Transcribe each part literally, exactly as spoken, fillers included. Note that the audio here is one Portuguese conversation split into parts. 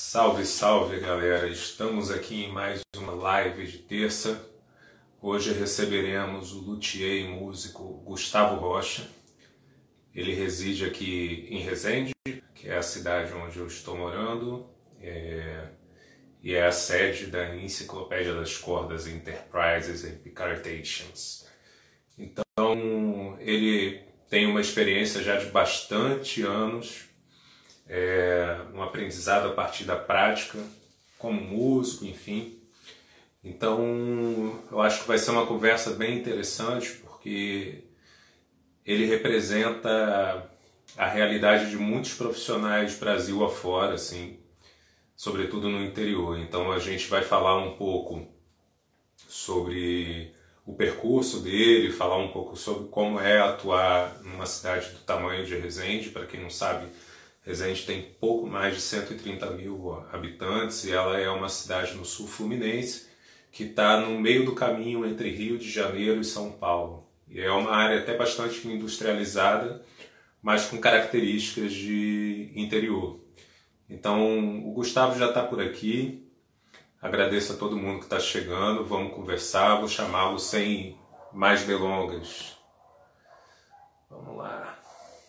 Salve, salve galera! Estamos aqui em mais uma live de terça. Hoje receberemos o luthier e músico Gustavo Rocha. Ele reside aqui em Resende, que é a cidade onde eu estou morando, é... e é a sede da Enciclopédia das Cordas Enterprises and Picaretations. Então, ele tem uma experiência já de bastante anos, é, um aprendizado a partir da prática, como músico, enfim. Então, eu acho que vai ser uma conversa bem interessante, porque ele representa a realidade de muitos profissionais Brasil afora, assim, sobretudo no interior. Então, a gente vai falar um pouco sobre o percurso dele, falar um pouco sobre como é atuar numa cidade do tamanho de Resende. Para quem não sabe, Resende tem pouco mais de cento e trinta mil habitantes e ela é uma cidade no sul fluminense que está no meio do caminho entre Rio de Janeiro e São Paulo. E é uma área até bastante industrializada, mas com características de interior. Então, o Gustavo já está por aqui. Agradeço a todo mundo que está chegando. Vamos conversar. Vou chamá-lo sem mais delongas. Vamos lá.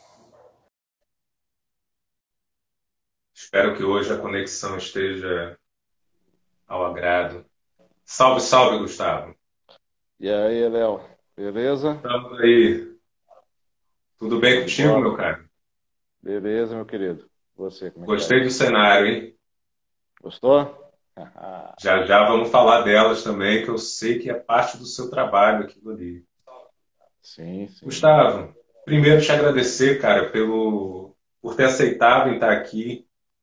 Espero que hoje a conexão esteja ao agrado. Salve, salve, Gustavo. E aí, Léo, beleza? Estamos aí. Tudo bem Show de contigo, meu bola? cara? Beleza, meu querido. Você, como é que tá Gostei aí? do cenário, hein? Gostou? Já já vamos falar delas também, que eu sei que é parte do seu trabalho aquilo ali. Sim, sim. Gustavo, primeiro te agradecer, cara, pelo por ter aceitado em estar aqui.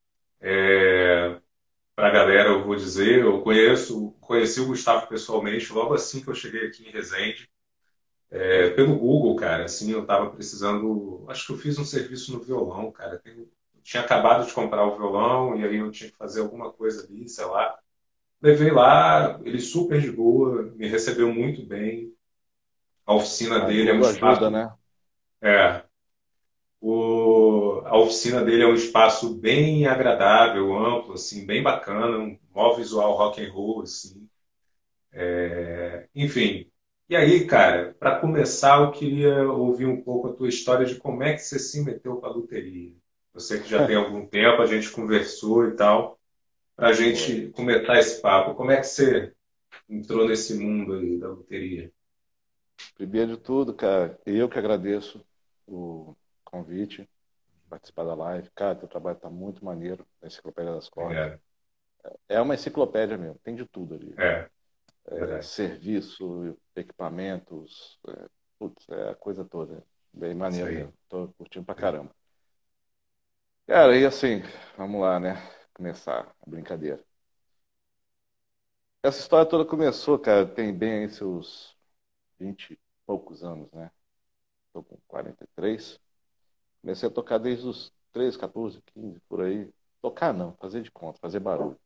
Para a galera, eu vou dizer, eu conheço, conheci o Gustavo pessoalmente logo assim que eu cheguei aqui em Resende, é, pelo Google, cara. Assim, eu estava precisando, acho que eu fiz um serviço no violão, cara. Tenho- tinha acabado de comprar o violão e aí eu tinha que fazer alguma coisa ali, sei lá. Levei lá, ele super de boa, me recebeu muito bem. A oficina Ah, dele é um Google ajuda, espaço, né? é, o, a oficina dele é um espaço bem agradável, amplo, assim, bem bacana, um maior visual rock and roll, assim. Enfim. E aí, cara, para começar, eu queria ouvir um pouco a tua história de como é que você se meteu com a luteria. Eu sei que já tem algum tempo, a gente conversou e tal, para a Foi. gente começar esse papo. Como é que você entrou nesse mundo aí da luteria? Primeiro de tudo, cara, eu que agradeço o convite, participar da live. Cara, teu trabalho tá muito maneiro, na Enciclopédia das Cordas. Obrigado. É uma enciclopédia mesmo, tem de tudo ali. É, É, verdade. serviço, equipamentos, é, putz, é a coisa toda. Bem Isso maneiro aí. mesmo. Tô curtindo pra É. caramba. Cara, e assim, vamos lá, né? Começar a brincadeira. Essa história toda começou, cara, tem bem aí seus vinte e poucos anos, né? Tô com quarenta e três. Comecei a tocar desde os treze, quatorze, quinze, por aí. Tocar não, fazer de conta, fazer barulho.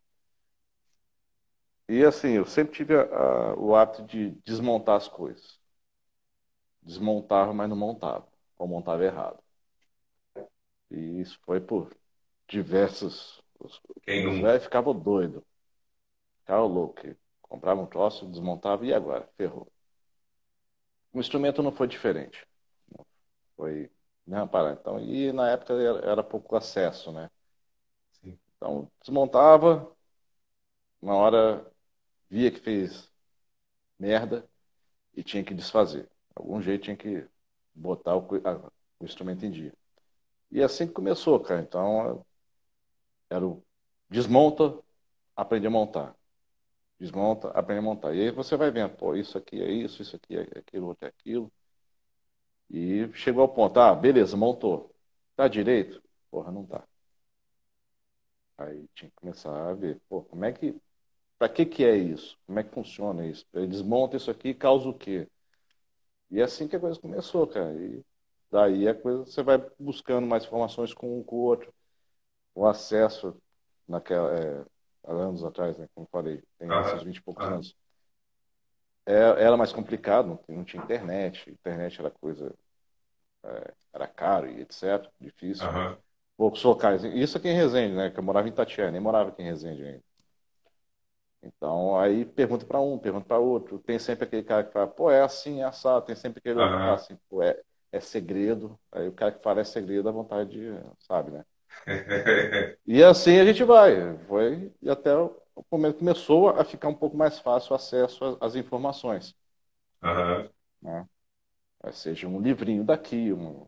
E assim, eu sempre tive a- a- o hábito de desmontar as coisas. Desmontava, mas não montava. Ou montava errado. E isso foi por diversos. Os, Quem os nunca? velhos ficavam doidos, ficavam loucos. Compravam um troço, desmontava e agora? Ferrou. O instrumento não foi diferente. Foi mesma parada. Então, e na época era, era pouco acesso, né? Sim. Então, desmontava, uma hora via que fez merda e tinha que desfazer. Algum jeito tinha que botar o, cu- a- o instrumento em dia. E assim que começou, cara. Então, era o desmonta, aprende a montar. Desmonta, aprende a montar. E aí você vai vendo, pô, isso aqui é isso, isso aqui é aquilo, outro é aquilo. E chegou ao ponto, ah, beleza, montou. Tá direito? Porra, não tá. Aí tinha que começar a ver, pô, como é que, para que que é isso? Como é que funciona isso? Ele desmonta isso aqui e causa o quê? E é assim que a coisa começou, cara. E daí a coisa, você vai buscando mais informações com um com o outro, o acesso naquela, é, há anos atrás, né, como eu falei, tem aí seus Aham, vinte e poucos aham, anos. É, era mais complicado, não, não tinha internet, internet era coisa, era caro e etc, difícil. aham. poucos locais. Isso aqui em Resende, né? Que eu morava em Itatiaia, nem morava aqui em Resende ainda. Então, aí pergunta para um, pergunta para outro. Tem sempre aquele cara que fala, pô, é assim, é assado. Tem sempre aquele outro que fala Aham. assim, pô, é, é segredo. Aí o cara que fala é segredo, dá vontade de, sabe, né? E assim a gente vai. Foi, e até o momento começou a ficar um pouco mais fácil o acesso às às informações, Aham. né? Seja um livrinho daqui, um,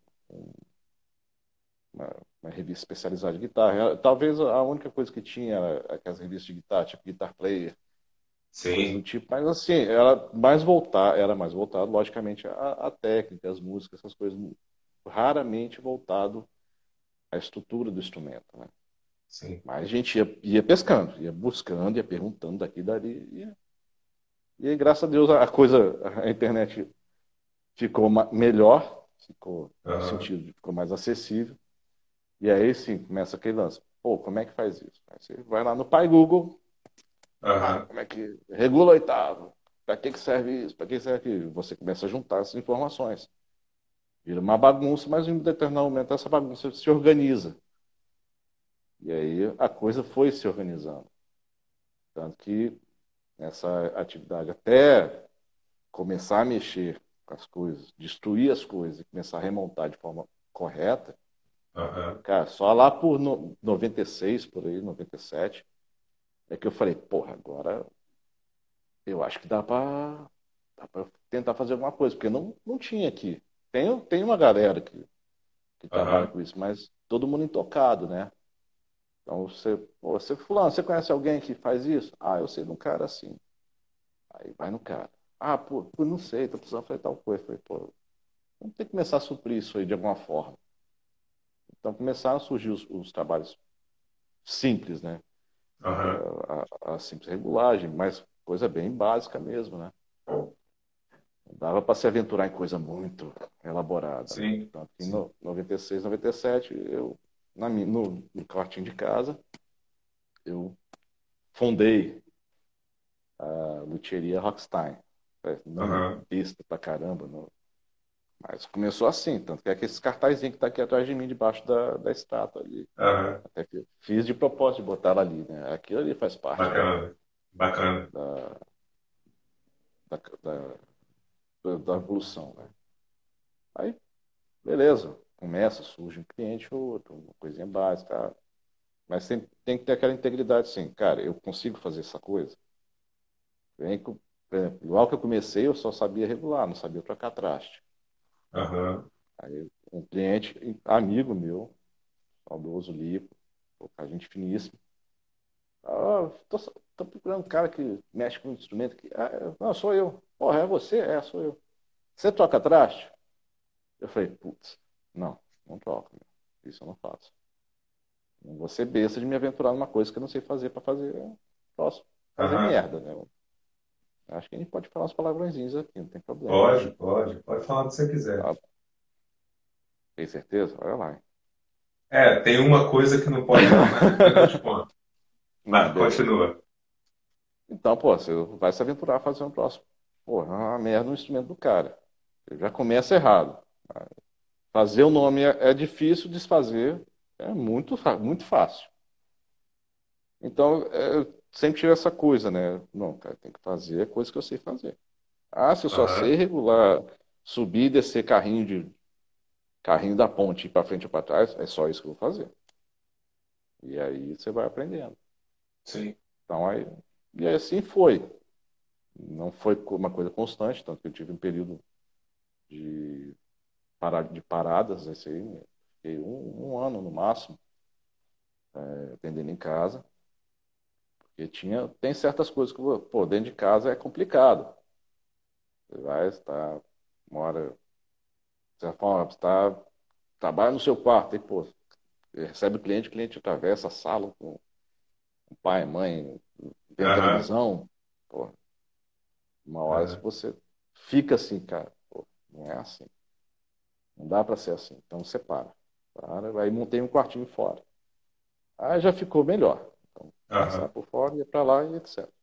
uma, uma revista especializada de guitarra. Talvez a única coisa que tinha era aquelas revistas de guitarra, tipo Guitar Player, coisa do Sim, tipo, mas assim, era mais voltar, era mais voltado, logicamente, à, à técnica, às músicas, essas coisas, raramente voltado à estrutura do instrumento, né? sim. Mas a gente ia, ia pescando, ia buscando, ia perguntando daqui e dali, ia, e aí, graças a Deus, a coisa, a internet ficou ma- melhor, ficou no Aham. sentido de ficou mais acessível. E aí sim, começa aquele lance. Pô, como é que faz isso? Aí você vai lá no pai Google, ah, Aham. como é que regula oitavo? Para que que serve isso? Para que serve aquilo? Você começa a juntar essas informações. Vira uma bagunça, mas em um determinado momento essa bagunça se organiza. E aí a coisa foi se organizando. Tanto que essa atividade, até começar a mexer com as coisas, destruir as coisas e começar a remontar de forma correta, Aham. cara, só lá por no, noventa e seis, por aí, noventa e sete, é que eu falei, porra, agora eu acho que dá para tentar fazer alguma coisa, porque não, não tinha aqui. Tem, tem uma galera que, que trabalha Aham. com isso, mas todo mundo intocado, né? Então você, pô, você, fulano, você conhece alguém que faz isso? Ah, eu sei de um cara assim. Aí vai no cara. Ah, pô, eu não sei, tô precisando fazer tal coisa. Eu falei, pô, vamos ter que começar a suprir isso aí de alguma forma. Então começaram a surgir os, os trabalhos simples, né? Aham. A, a, a simples regulagem, mas coisa bem básica mesmo, né? Não dava para se aventurar em coisa muito elaborada, né? Sim, Tanto que em sim. no- noventa e seis, noventa e sete, eu, na, mi- no, no quartinho de casa, eu fundei a luthieria Rockstein. É, nome Aham. besta pra caramba, não- mas começou assim, tanto que é aqueles cartazinhos que tá aqui atrás de mim, debaixo da, da estátua ali. Aham. Até que eu fiz de propósito de botar ela ali, né? Aquilo ali faz parte da, Bacana. Bacana. da, da, da, da evolução, né? Aí, beleza, começa, surge um cliente ou outro, uma coisinha básica, mas tem, tem que ter aquela integridade, assim, cara, eu consigo fazer essa coisa? Bem, que, por exemplo, igual que eu comecei, eu só sabia regular, não sabia trocar traste. Aham. Aí um cliente, amigo meu, saudoso Lico, pô, a gente finíssimo, ah, tô, só- tô procurando um cara que mexe com instrumento. Que, ah, eu- não, sou eu. Porra, é você? É, sou eu. Você troca traste? Eu falei, putz, não, não troco, meu. Isso eu não faço. Não vou ser besta de me aventurar numa coisa que eu não sei fazer para fazer. Eu posso fazer Aham. merda, né? Eu acho que a gente pode falar uns palavrõezinhos aqui, não tem problema. Pode, pode. Pode falar o que você quiser. Ah, tem certeza? Olha lá, hein? É, tem uma coisa que não pode não, mas depois eu te conto. Não, Mas beleza. continua. Então, pô, você vai se aventurar a fazer um troço. Porra, é uma merda no instrumento do cara. Eu já começa errado. Fazer o nome é, é difícil, desfazer é muito, fa- muito fácil. Então, é, eu sempre tive essa coisa, né? Não, cara, tem que fazer a coisa que eu sei fazer. Ah, se eu só sei Aham. regular, subir e descer carrinho de carrinho da ponte, ir para frente ou para trás, é só isso que eu vou fazer. E aí você vai aprendendo. Sim. Então, aí, e aí assim foi. Não foi uma coisa constante, tanto que eu tive um período de, para- de paradas, esse aí, né? Fiquei um, um ano no máximo, é, atendendo em casa. Porque tinha, tem certas coisas que, pô, dentro de casa é complicado. Você vai estar, mora, você fala, você tá, trabalha no seu quarto, e, pô, recebe o cliente, o cliente atravessa a sala com o pai, mãe, vendo Aham. televisão. Pô, uma hora se Aham. você fica assim, cara, pô, não é assim. Não dá para ser assim. Então separa. Para, aí montei um quartinho fora. Aí já ficou melhor. Então, passar Aham. por fora, ia para lá e etcétera.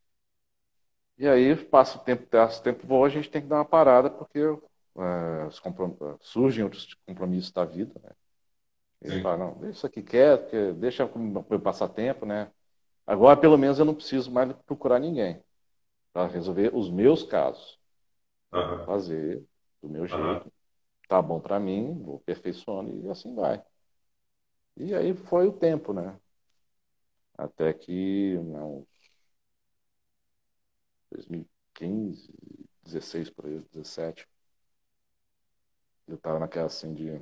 E aí, passa o tempo, passa o tempo voa, a gente tem que dar uma parada, porque é, os comprom- surgem outros compromissos da vida, né? Ele sim. fala, não, deixa isso aqui quieto, que deixa como meu passatempo, né? Agora, pelo menos, eu não preciso mais procurar ninguém para resolver os meus casos. Eu vou Aham, fazer do meu aham, jeito, tá bom para mim, vou aperfeiçoando e assim vai. E aí foi o tempo, né? Até que, não, dois mil e quinze, dezesseis por aí, dezessete, eu estava naquela assim de.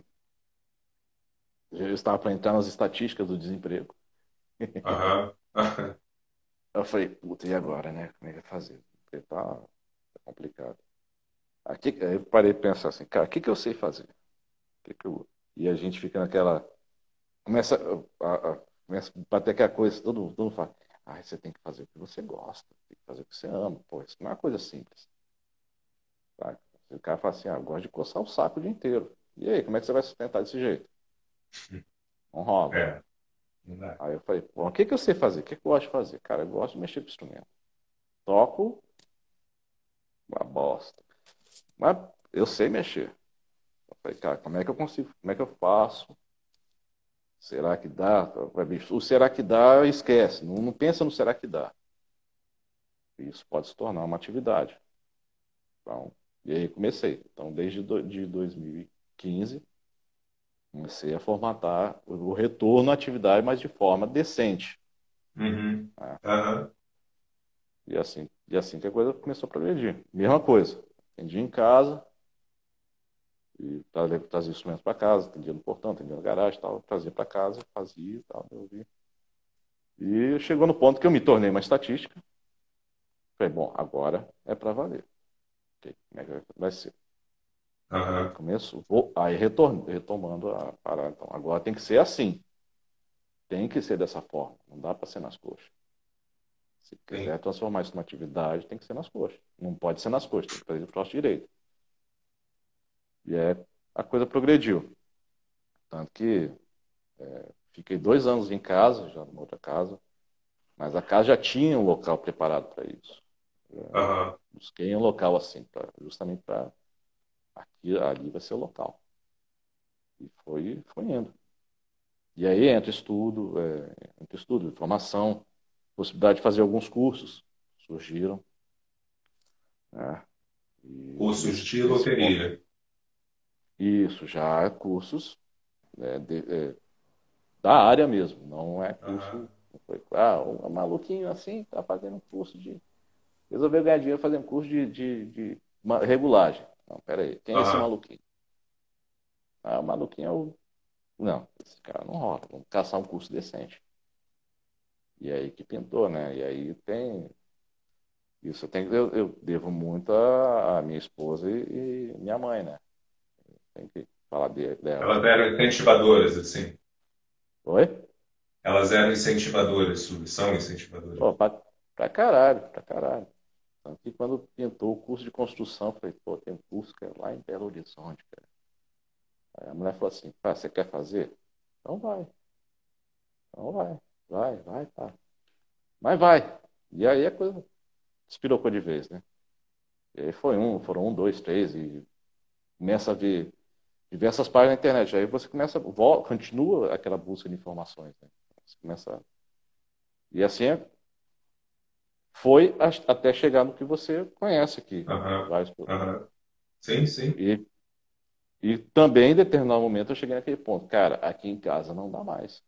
Eu estava para entrar nas estatísticas do desemprego. aham, aham. Eu falei, puta, e agora, né? Como é que vai fazer? Porque tá, tá complicado. Aqui, aí eu parei de pensar assim, cara, o que que eu sei fazer? O que que eu... E a gente fica naquela. Começa a, a- começa a bater aquela coisa, todo, todo mundo fala, ah, você tem que fazer o que você gosta, tem que fazer o que você ama. Pô, isso não é uma coisa simples. Tá? O cara fala assim, ah, eu gosto de coçar o saco o dia inteiro. E aí, como é que você vai sustentar desse jeito? Não rola. É, não dá. Aí eu falei, bom, o que que eu sei fazer? O que que eu gosto de fazer? Cara, eu gosto de mexer com instrumento. Toco uma bosta. Mas eu sei mexer. Eu falei, cara, como é que eu consigo? Como é que eu faço? Será que dá? O será que dá, esquece. Não, não pensa no será que dá. Isso pode se tornar uma atividade. Então, e aí comecei. Então, desde do, de dois mil e quinze, comecei a formatar o, o retorno à atividade, mas de forma decente. Uhum, Né? aham, E assim, e assim que a coisa começou a progredir. Mesma coisa. Atendi em casa, e trazia, trazia instrumentos para casa, atendia no portão, atendia na garagem, tal, trazia para casa, fazia e tal, eu vi. E chegou no ponto que eu me tornei uma estatística. Falei, bom, agora é para valer. Ok, como é que vai ser? Aí aham, começou, vou, aí retorno, retomando a parada. Então, agora tem que ser assim. Tem que ser dessa forma. Não dá para ser nas coxas. Se sim. quiser transformar isso numa atividade, tem que ser nas coxas. Não pode ser nas coxas, tem que fazer o troço direito. E é, a coisa progrediu. Tanto que fiquei dois anos em casa, já numa outra casa, mas a casa já tinha um local preparado para isso. Eu Aham, busquei um local assim, pra, justamente para aqui, ali vai ser o local. E foi, foi indo. E aí entra estudo, é, entra estudo, formação, possibilidade de fazer alguns cursos surgiram, né? E cursos nesse, de nesse ponto, loteria. isso já é cursos, né, de- é, da área mesmo, não é Aham, curso, não foi, ah, um maluquinho assim está fazendo um curso de, resolveu ganhar dinheiro fazendo curso de, de, de ma- regulagem. Não, pera aí, quem é esse aham, maluquinho? Ah, o maluquinho é o... Não, esse cara não rola, vamos caçar um curso decente. E aí que pintou, né? E aí tem. Isso eu, tenho, eu, eu devo muito à, à minha esposa e, e minha mãe, né? Tem que falar de, delas, elas né? eram incentivadoras, assim. Oi? Elas eram incentivadoras, são incentivadoras. Pô, pra, pra caralho, pra caralho. Tanto que quando pintou o curso de construção, eu falei, pô, tem um curso que é lá em Belo Horizonte, cara. Aí a mulher falou assim, pá, você quer fazer? Então vai, então vai, vai, vai, tá. Mas vai. E aí a coisa despirocou de vez, né? E aí foi um, foram um, dois, três, e começa a ver diversas páginas na internet. Aí você começa, vol- continua aquela busca de informações, né? Você começa. E assim é- foi a- até chegar no que você conhece aqui. Aham, Vários- aham. Sim, sim. E, e também, em determinado momento, eu cheguei naquele ponto. Cara, aqui em casa não dá mais.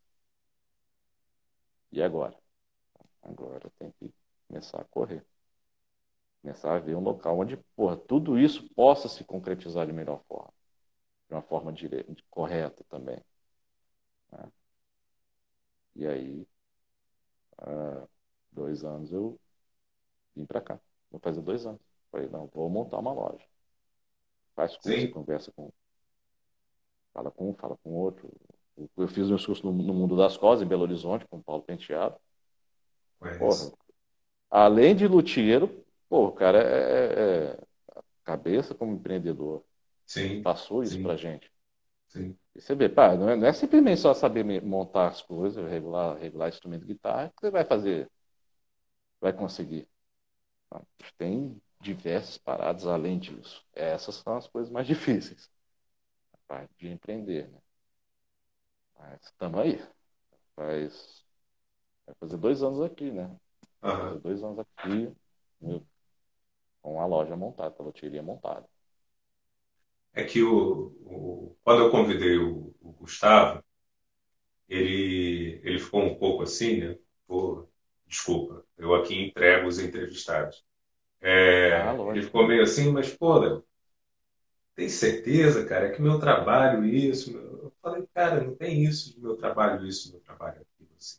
E agora? Agora tem que começar a correr. Começar a ver um local onde, porra, tudo isso possa se concretizar de melhor forma. De uma forma dire... correta também. Né? E aí, há dois anos eu vim para cá. Vou fazer dois anos. Falei, não, vou montar uma loja. Faz curso, Sim, conversa com, fala com um, fala com outro. Eu fiz meus cursos no, no Mundo das Cosas, em Belo Horizonte, com o Paulo Penteado. Porra, conheço. além de luthiero, pô, o cara é, é- é cabeça como empreendedor. Sim, Passou isso pra sim, gente. sim. E você vê, pá, não é, não é simplesmente só saber me- montar as coisas, regular, regular instrumento de guitarra, que você vai fazer, vai conseguir. Não, tem diversas paradas além disso. Essas são as coisas mais difíceis, a parte de empreender, né? estamos aí. Faz, vai fazer dois anos aqui, né? Vai fazer Aham. dois anos aqui, meu, com a loja montada, com a loteria montada. É que o, o- quando eu convidei o, o Gustavo, ele, ele ficou um pouco assim, né? Pô, desculpa, eu aqui entrego os entrevistados. Ah, É, ele lógico. ficou meio assim, mas, pô, Léo, tem certeza, cara, é que meu trabalho, isso. meu- Eu falei, cara, não tem isso de meu trabalho, isso, meu trabalho, aquilo, assim.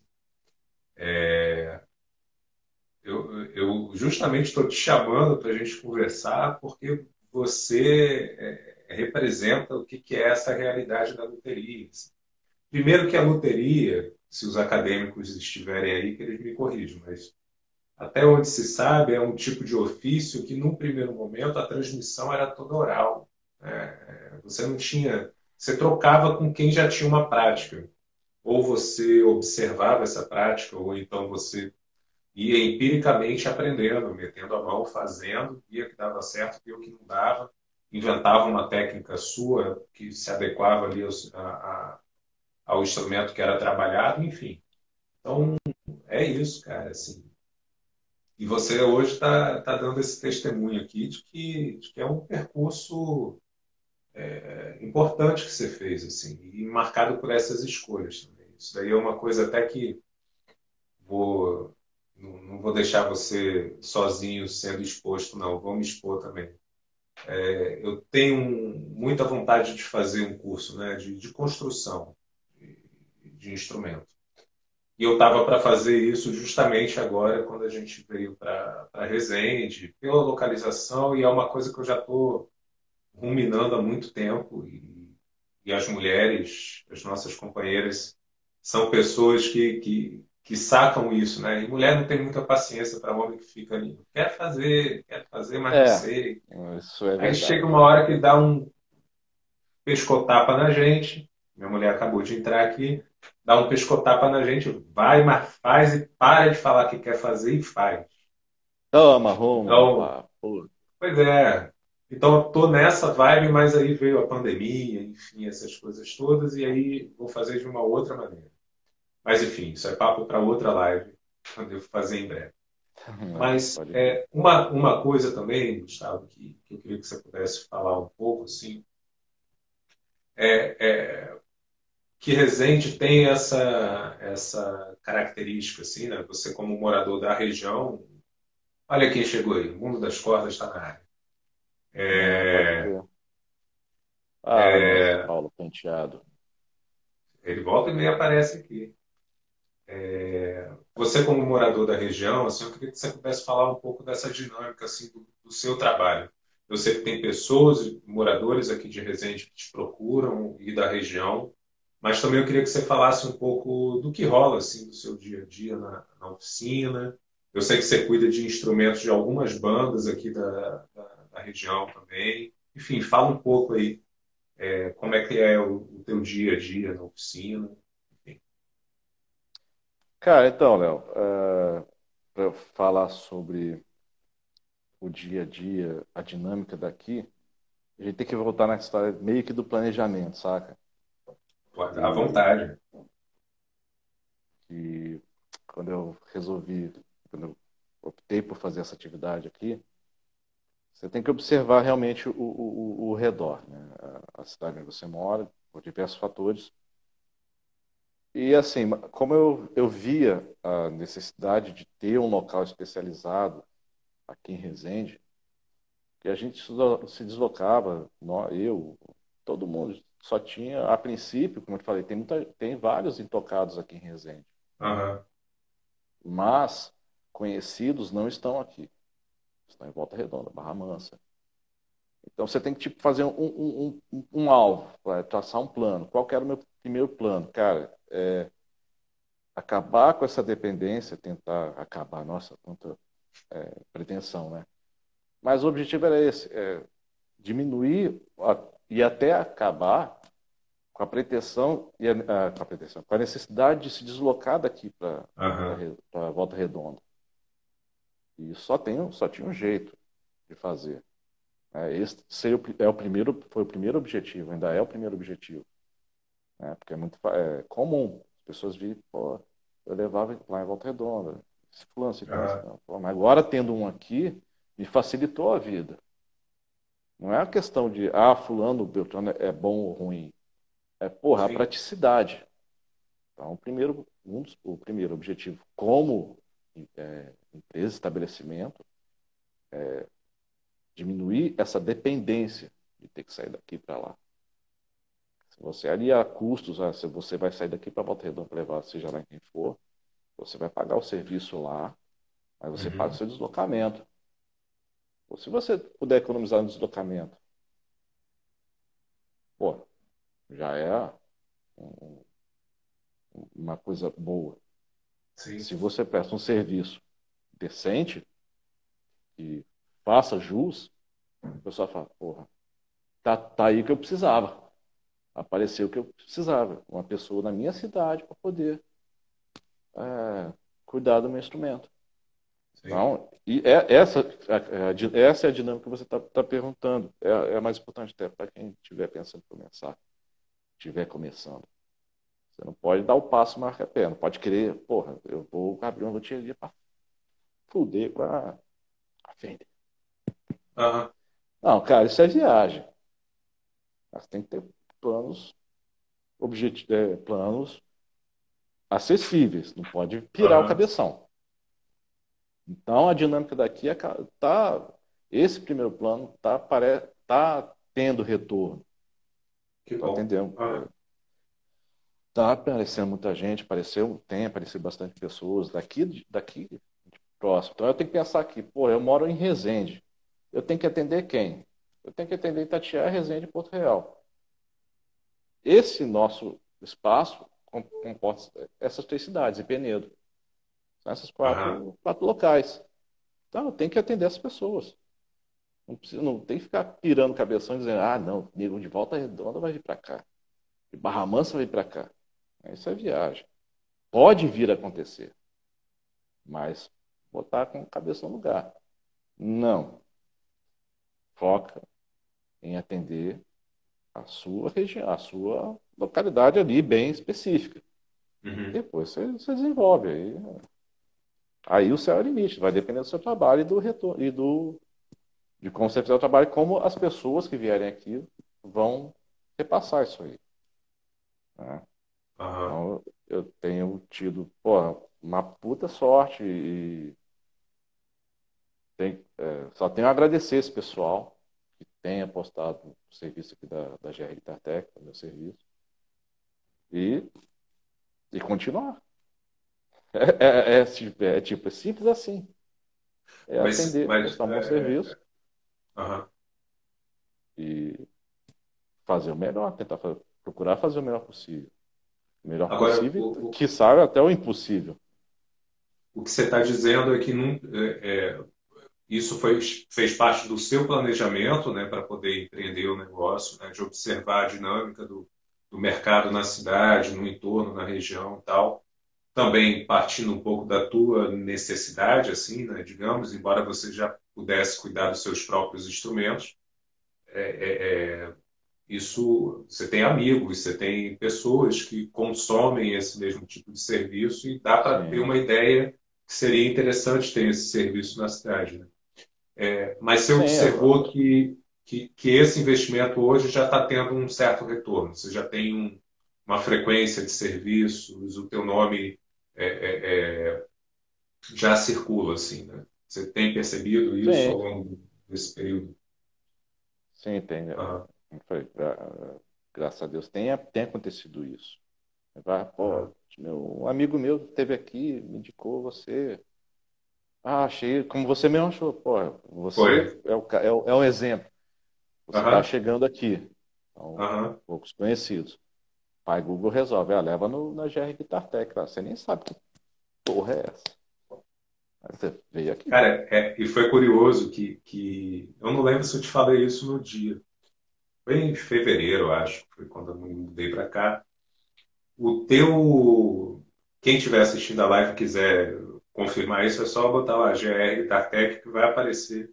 Eu, eu justamente estou te chamando para a gente conversar porque você é, representa o que, que é essa realidade da loteria, assim. Primeiro que a loteria, se os acadêmicos estiverem aí, que eles me corrijam, mas até onde se sabe, é um tipo de ofício que, num primeiro momento, a transmissão era toda oral. É, você não tinha. Você trocava com quem já tinha uma prática. Ou você observava essa prática, ou então você ia empiricamente aprendendo, metendo a mão, fazendo, via que dava certo, via o que não dava, inventava uma técnica sua que se adequava ali ao, a, ao instrumento que era trabalhado, enfim. Então, é isso, cara, assim. E você hoje está tá dando esse testemunho aqui de que, de que é um percurso é, importante que você fez, assim, e marcado por essas escolhas também. Isso daí é uma coisa até que vou, não, não vou deixar você sozinho sendo exposto, não. Vou me expor também. É, eu tenho muita vontade de fazer um curso, né, de, de construção de, de instrumento. E eu estava para fazer isso justamente agora, quando a gente veio para Resende, pela localização, e é uma coisa que eu já estou ruminando há muito tempo. E, e as mulheres, as nossas companheiras, são pessoas que, que, que sacam isso, né? E mulher não tem muita paciência para homem que fica ali, quer fazer, quer fazer, mas não É, sei. isso é Aí chega verdade. uma hora que dá um pescotapa na gente. Minha mulher acabou de entrar aqui, dá um pescotapa na gente, vai, mas faz e para de falar que quer fazer e faz. Toma, arruma, Então, rapaz. Pô. pois é. Então, eu tô nessa vibe, mas aí veio a pandemia, enfim, essas coisas todas, e aí vou fazer de uma outra maneira. Mas, enfim, isso é papo para outra live, quando eu fazer em breve. É, Mas pode vir. é, uma, uma coisa também, Gustavo, que, que eu queria que você pudesse falar um pouco, assim, é, é que Resende tem essa, essa característica, assim, né? Você como morador da região, olha quem chegou aí, o mundo das cordas está na área. É, pode É, crer. Ah, nosso Paulo Penteado. ele volta e meia aparece aqui. Você como morador da região, assim, eu queria que você pudesse falar um pouco dessa dinâmica assim do, do seu trabalho. Eu sei que tem pessoas, moradores aqui de Resende que te procuram e da região, mas também eu queria que você falasse um pouco do que rola assim do seu dia a dia na, na oficina. Eu sei que você cuida de instrumentos de algumas bandas aqui da, da, da região também. Enfim, fala um pouco aí, é, como é que é o, o teu dia a dia na oficina. Enfim. Cara, então, Léo, para falar sobre o dia a dia, a dinâmica daqui, a gente tem que voltar na história meio que do planejamento, saca? À E, vontade. e quando eu resolvi, quando eu optei por fazer essa atividade aqui, você tem que observar realmente o, o, o redor, né? A, a cidade onde você mora, por diversos fatores. E assim, como eu, eu via a necessidade de ter um local especializado aqui em Resende, que a gente se deslocava, eu, todo mundo, só tinha, a princípio, como eu te falei, tem, muita, tem vários intocados aqui em Resende, Aham. mas conhecidos não estão aqui, estão em Volta Redonda, Barra Mansa. Então você tem que tipo, fazer um, um, um, um alvo, traçar um plano. Qual que era o meu primeiro plano? Cara, é acabar com essa dependência, tentar acabar, nossa, quanta é, pretensão, né? Mas o objetivo era esse, é, diminuir a, e até acabar com a pretensão e a, a, com a pretensão, com a necessidade de se deslocar daqui para Aham. para Volta Redonda. E só tem só tinha um jeito de fazer. É, esse seria o, é o primeiro foi o primeiro objetivo, ainda é o primeiro objetivo. né? Porque é muito fa- é comum. As pessoas virem, pô, eu levava lá em Volta Redonda, esse fulano, ciclano, Aham. ciclano. Pô, mas agora tendo um aqui, me facilitou a vida. Não é a questão de, ah, fulano, Beltrano é bom ou ruim. É, porra, a Sim. praticidade. Então, o primeiro, um dos- o primeiro objetivo como é, empresa, estabelecimento, diminuir essa dependência de ter que sair daqui para lá. Se você aliar custos, ah, se você vai sair daqui para Volta Redonda para levar, seja lá quem for, você vai pagar o serviço lá, mas você paga o Uhum. seu deslocamento. Ou se você puder economizar no deslocamento, pô, já é um- uma coisa boa. Sim. Se você presta um serviço decente e faça jus, o pessoal fala, porra, tá, tá aí o que eu precisava. Apareceu o que eu precisava. Uma pessoa na minha cidade para poder é, cuidar do meu instrumento. Sim. Então, e é, essa, é, a di- essa é a dinâmica que você está tá tá perguntando. É, é a mais importante até para quem estiver pensando em começar, estiver começando. Você não pode dar o passo marca pé, não pode querer, porra, eu vou abrir uma loteria para fuder com a, a venda. Aham. Não, cara, isso é viagem. Você tem que ter planos, objet... é, planos acessíveis, não pode pirar o Aham. cabeção. Então, a dinâmica daqui é, ca- tá, esse primeiro plano tá, pare, tá tendo retorno. Que Tô bom. atendendo. Aham. Tá aparecendo muita gente, apareceu, tem aparecido bastante pessoas daqui, daqui próximo. Então eu tenho que pensar aqui, pô, eu moro em Resende. Eu tenho que atender quem? Eu tenho que atender Itatiaia, Resende e Porto Real. Esse nosso espaço com- comporta essas três cidades e Penedo. São essas Aham. quatro, quatro locais. Então eu tenho que atender essas pessoas. Não, precisa, não tem que ficar pirando cabeção e dizendo, ah, não, nego de Volta Redonda vai vir para cá. De Barra Mansa vai vir para cá. Isso é viagem. Pode vir a acontecer, mas botar com a cabeça no lugar. Não. Foca em atender a sua região, a sua localidade ali bem específica. Uhum. Depois você, você desenvolve. Aí, aí o céu é o limite. Vai depender do seu trabalho e do retorno e do de como você fizer o trabalho, como as pessoas que vierem aqui vão repassar isso aí. Né? Aham. Então, eu tenho tido, porra, uma puta sorte e tem, é, só tenho a agradecer esse pessoal que tem apostado no serviço aqui da, da G R Guitartec, no meu serviço, e, e continuar. É, é, é, tipo, é, tipo, é simples assim. É Mas, atender, mas, prestar um bom é, serviço aham. e fazer o melhor, tentar fa- procurar fazer o melhor possível. O melhor Agora, possível, o, o, que sabe até o impossível. o que você está dizendo é que não, é, é, isso foi, fez parte do seu planejamento, né, para poder empreender o negócio, né, de observar a dinâmica do, do mercado na cidade, no entorno, na região e tal. Também partindo um pouco da tua necessidade, assim, né, digamos, embora você já pudesse cuidar dos seus próprios instrumentos, isso você tem amigos, você tem pessoas que consomem esse mesmo tipo de serviço e dá para ter Sim, uma ideia que seria interessante ter esse serviço na cidade, né? Mas você sim, observou que, que, que esse investimento hoje já está tendo um certo retorno. Você já tem um, uma frequência de serviços, o teu nome é, é, é, já circula, assim, né? Você tem percebido isso ao sim, longo desse período? sim, tem. Aham, é, foi, gra- graças a Deus tem, tem acontecido isso. Vai, pô, aham. meu, um amigo meu esteve aqui, me indicou você. Ah, achei, como você mesmo achou, pô, você Foi. é, o, ca- é, o- é um exemplo. Você está Aham, chegando aqui. Então, aham. poucos conhecidos. Pai Google resolve, ah, leva no, na G R Guitartec lá. Você nem sabe que porra é essa. Aí você veio aqui. Cara, é, e foi curioso que, que. Eu não lembro se eu te falei isso no dia. Foi em fevereiro, eu acho, foi quando eu me mudei para cá. O teu. Quem estiver assistindo a live e quiser confirmar isso, é só botar lá G R Tartec que vai aparecer.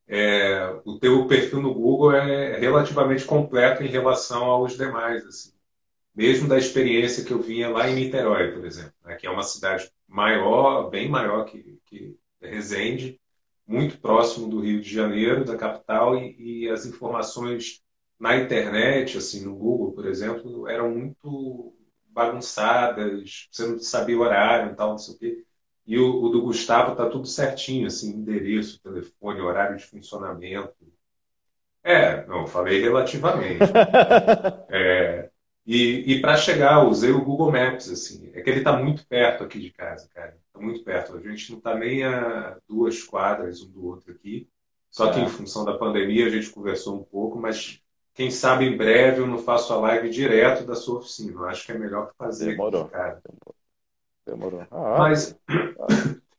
É, o teu perfil no Google é relativamente completo em relação aos demais, assim. mesmo da experiência que eu vinha lá em Niterói, por exemplo, né, que é uma cidade maior, bem maior que, que Resende, muito próximo do Rio de Janeiro, da capital, e, e as informações na internet, assim, no Google, por exemplo, eram muito bagunçadas, você não sabia o horário e tal, não sei o quê. E o, o do Gustavo tá tudo certinho, assim, endereço, telefone, horário de funcionamento. É, não, falei relativamente. E, e para chegar, eu usei o Google Maps, assim. É que ele está muito perto aqui de casa, cara. Está muito perto. A gente não está nem a duas quadras um do outro aqui. Só que em É, função da pandemia a gente conversou um pouco, mas quem sabe em breve eu não faço a live direto da sua oficina. Eu acho que é melhor que fazer aqui de demorou. casa. Demorou. Ah, Mas, pô. Ah,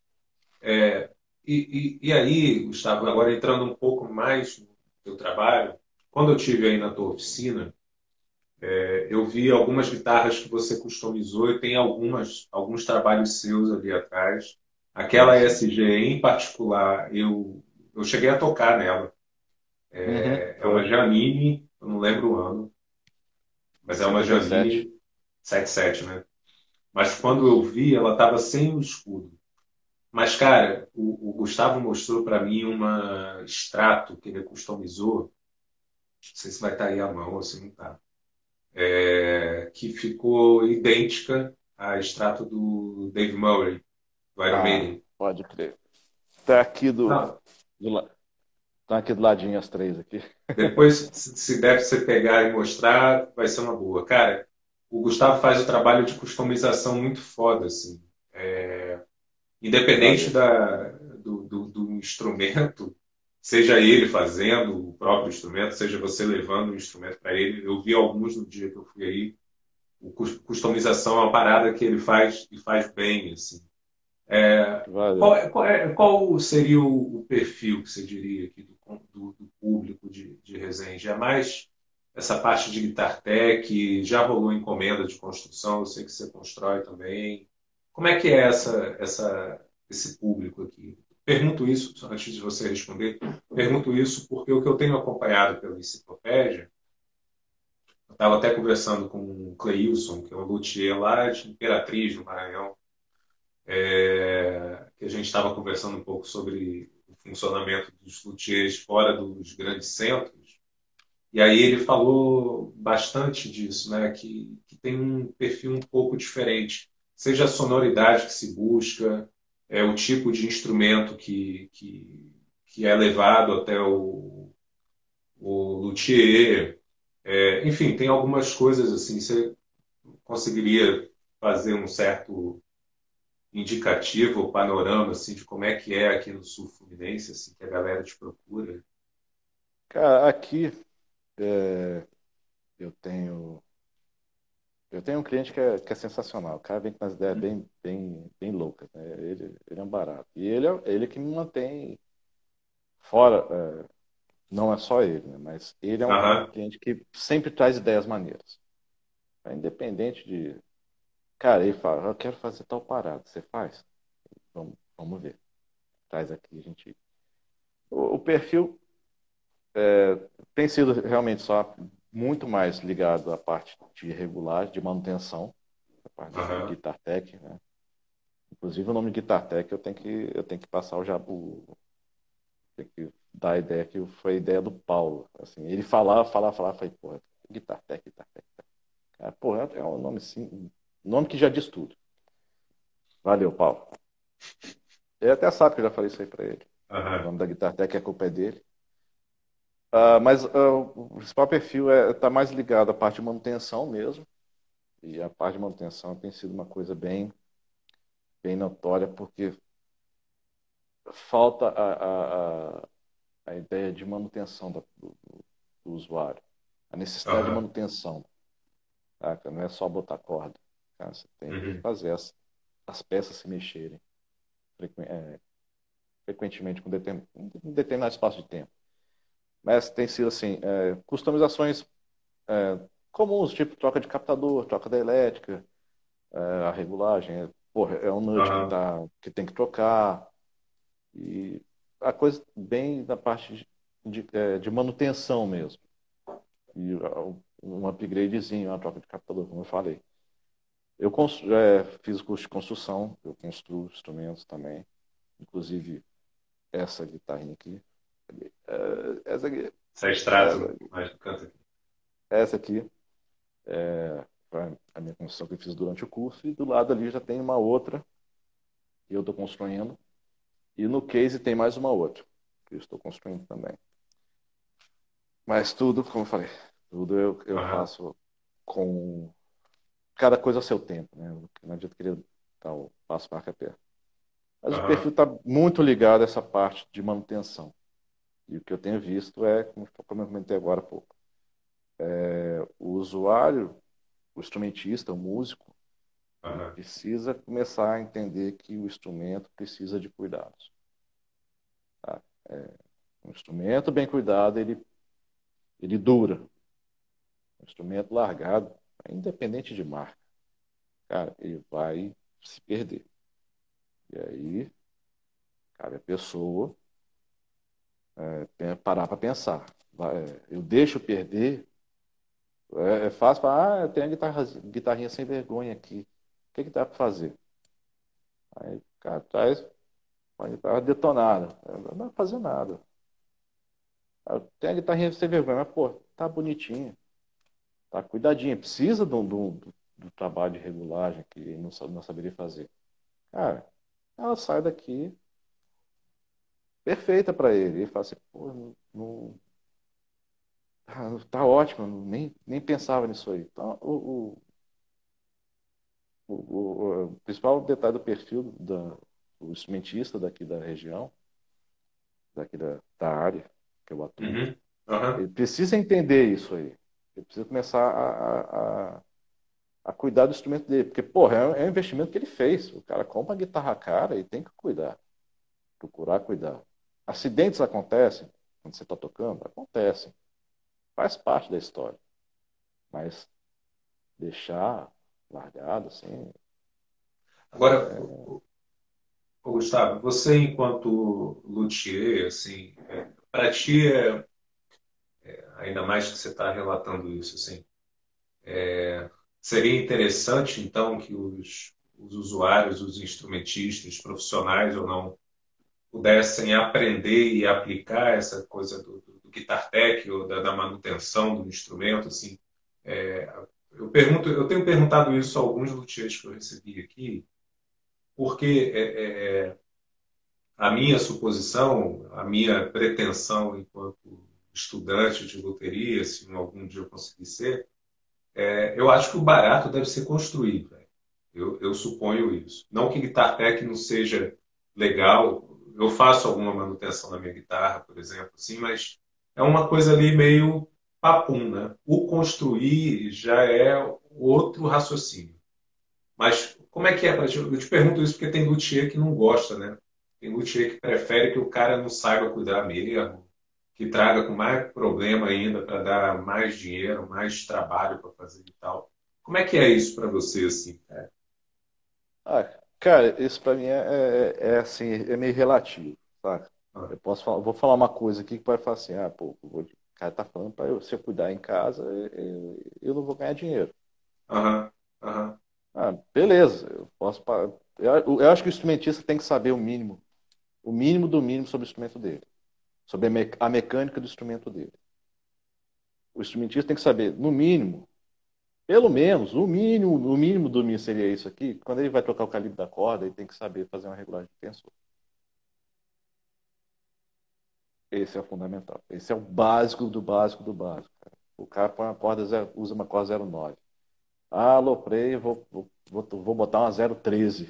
e, e, e aí, Gustavo, agora entrando um pouco mais no teu trabalho, quando eu tive aí na tua oficina, eu vi algumas guitarras que você customizou e tem algumas, alguns trabalhos seus ali atrás. sim, Aquela sim. E S G em particular, eu, eu cheguei a tocar nela. Uhum, É uma foi. Janine, eu não lembro o ano, mas é uma setenta e sete. Janine setenta e sete, né? Mas quando eu Isso. vi, ela estava sem o escudo. Mas, cara, o, o Gustavo mostrou para mim uma extrato que ele customizou. Não sei se vai estar aí à mão ou se não está. É, que ficou idêntica à extrato do Dave Murray, do Iron Ah, Maiden. pode crer. Tá aqui do, Não, do, la- tá aqui do ladinho as três aqui. depois, se se der pra você pegar e mostrar, vai ser uma boa. Cara, o Gustavo faz o trabalho de customização muito foda, assim. Independente Valeu. da, do, do, do instrumento, seja ele fazendo o próprio instrumento, seja você levando o instrumento para ele. Eu vi alguns no dia que eu fui aí. O cus- customização é uma parada que ele faz e faz bem, assim. Qual, Valeu. é- qual, é- qual seria o, o perfil que você diria aqui do, do- do público de, de Resende? É mais essa parte de guitar tech, já rolou encomenda de construção, eu sei que você constrói também. Como é que é essa, essa, esse público aqui? Pergunto isso, só antes de você responder, pergunto isso porque o que eu tenho acompanhado pela enciclopédia, eu estava até conversando com o Cleilson, que é um luthier lá de Imperatriz, no Maranhão, é, que a gente estava conversando um pouco sobre o funcionamento dos luthiers fora dos grandes centros. E aí ele falou bastante disso, né? Que, que tem um perfil um pouco diferente. Seja a sonoridade que se busca, é, o tipo de instrumento que, que, que é levado até o, o luthier. É, enfim, tem algumas coisas assim. Você conseguiria fazer um certo indicativo ou panorama assim de como é que é aqui no Sul Fluminense, assim, que a galera te procura. Cara, aqui é, eu tenho eu tenho um cliente que é, que é sensacional. O cara vem com umas ideias bem, bem, bem loucas, né? Ele, ele é um barato. E ele é ele que me mantém fora. É, não é só ele, né? Mas ele é um, um Aham, cliente que sempre traz ideias maneiras. É independente de. Cara, ele fala, eu quero fazer tal parada. Você faz? Vamos, vamos ver. Traz aqui, a gente. O, o perfil tem sido realmente só muito mais ligado à parte de regulagem, de manutenção, a parte de aham. Guitar Tech, né? Inclusive o nome Guitar Tech eu tenho que, eu tenho que passar o jabu, tenho que dar a ideia que foi a ideia do Paulo. Assim, ele falava, falava, falava, falei, porra, Guitar Tech, Guitar Tech. Cara, porra, é um nome sim, um nome que já diz tudo. Valeu, Paulo. Ele até sabe que eu já falei isso aí pra ele. O Aham. nome da Guitar Tech é culpa é dele. Ah, mas ah, o principal perfil é tá mais ligado à parte de manutenção mesmo. E a parte de manutenção tem sido uma coisa bem, bem notória, porque falta a, a, a, a ideia de manutenção da- do, do usuário. A necessidade de Aham. manutenção. Saca? Não é só botar corda. Cara, você tem que Uhum. fazer as, as peças se mexerem frequ- é, frequentemente com determin, um determinado espaço de tempo. Mas tem sido assim, é, customizações é, comuns, tipo troca de captador, troca da elétrica, é, a regulagem, é, porra, é um nut que, Aham. tá, que tem que trocar, e a coisa bem da parte de, de, é, de manutenção mesmo. E a- o um upgradezinho, uma troca de captador, como eu falei. Eu constru, é, fiz o curso de construção, eu construo instrumentos também, inclusive essa guitarrinha aqui. É, essa aqui, Esse essa, extrato mais do canto aqui. essa aqui é a minha construção que eu fiz durante o curso, e do lado ali já tem uma outra que eu estou construindo, e no case tem mais uma outra que eu estou construindo também. Mas tudo, como eu falei, tudo eu, eu Aham, faço com cada coisa ao seu tempo, né? Não adianta querer dar o passo marca pé. Mas o aham, perfil está muito ligado a essa parte de manutenção. E o que eu tenho visto é, como como eu comentei agora há pouco, é, o usuário, o instrumentista, o músico, ele aham. precisa começar a entender que o instrumento precisa de cuidados. Tá? É, um instrumento bem cuidado, ele, ele dura. Um instrumento largado, independente de marca, cara, ele vai se perder. E aí, cabe a pessoa é, parar para pensar. Vai, é, eu deixo perder. É, é fácil falar, ah, eu tenho a guitarra, guitarrinha sem vergonha aqui. O que que dá para fazer? Aí, cara, traz uma guitarra detonada. Não dá pra fazer nada. Ah, tem a guitarrinha sem vergonha, mas, pô, tá bonitinha. Tá cuidadinha. Precisa do, do, do- do trabalho de regulagem que ele não, sa- não saberia fazer. Cara, ela sai daqui perfeita para ele. Ele fala assim, pô, não, não- tá, tá ótimo, nem, nem pensava nisso aí. Então, o, o, o, o principal detalhe do perfil da, do instrumentista daqui da região, daqui da, da área que eu atuo, Uhum, aham. ele precisa entender isso aí. Ele precisa começar a, a, a, a cuidar do instrumento dele. Porque, porra, é, um é um investimento que ele fez. O cara compra uma guitarra cara e tem que cuidar. Procurar cuidar. Acidentes acontecem quando você está tocando? Acontecem. Faz parte da história. Mas deixar largado assim. Agora, ô- ô, Gustavo, você enquanto luthier, assim, para ti, é, ainda mais que você está relatando isso, assim, seria interessante, então, que os, os usuários, os instrumentistas, profissionais ou não, pudessem aprender e aplicar essa coisa do, do, do guitar tech ou da, da manutenção do instrumento, assim. É, eu pergunto, eu tenho perguntado isso a alguns luthiers que eu recebi aqui, porque é, é, a minha suposição, a minha pretensão enquanto estudante de loteria, se algum dia eu conseguir ser, é, eu acho que o barato deve ser construído. Velho. Eu, eu suponho isso. Não que guitar tech não seja legal, eu faço alguma manutenção na minha guitarra, por exemplo, assim, mas é uma coisa ali meio papum, né? O construir já é outro raciocínio. Mas como é que é para ti? Eu te pergunto isso porque tem luthier que não gosta, né? Tem luthier que prefere que o cara não saiba cuidar mesmo, que traga com mais problema ainda para dar mais dinheiro, mais trabalho para fazer e tal. Como é que é isso para você, assim, cara? Ah, cara, isso pra mim é, é, é, assim, é meio relativo, sabe? Ah, Eu posso falar, vou falar uma coisa aqui que vai falar assim, ah, pô, o cara tá falando para eu, se eu cuidar em casa, eu, eu não vou ganhar dinheiro. aham, aham, Ah, beleza, eu posso. pa- Eu, eu acho que o instrumentista tem que saber o mínimo, o mínimo do mínimo sobre o instrumento dele, sobre a, me- a mecânica do instrumento dele. O instrumentista tem que saber, no mínimo, pelo menos, o mínimo, o mínimo do mínimo seria isso aqui. Quando ele vai trocar o calibre da corda, ele tem que saber fazer uma regulagem de tensor. Esse é o fundamental. Esse é o básico do básico do básico. Cara. O cara põe uma corda, zero- usa uma corda zero vírgula nove. Ah, aloprei, vou, vou, vou, vou botar uma zero vírgula treze.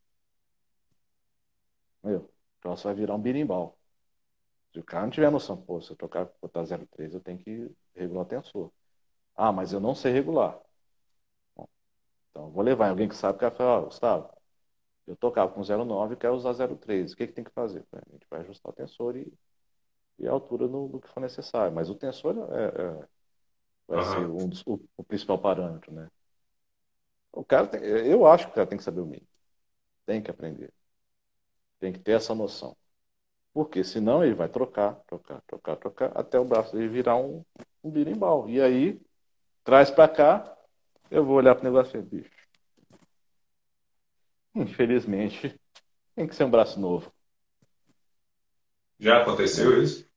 Meu, o troço vai virar um birimbau. Se o cara não tiver noção, pô, se eu tocar, botar zero vírgula treze, eu tenho que regular o tensor. Ah, mas eu não sei regular. Bom, então, eu vou levar em alguém que sabe, que vai falar, ó, Gustavo, eu tocava com zero vírgula nove e quero usar zero vírgula treze. O que, que tem que fazer? A gente vai ajustar o tensor e, e a altura no, do que for necessário. Mas o tensor é, é- vai ser aham, um dos- o, o principal parâmetro, né? O cara tem- eu acho que o cara tem que saber o mínimo. Tem que aprender. Tem que ter essa noção. Porque senão ele vai trocar, trocar, trocar, trocar, até o braço dele virar um, um birimbau. E aí traz pra cá, eu vou olhar pro negócio e falar, bicho, infelizmente, tem que ser um braço novo. Já aconteceu isso?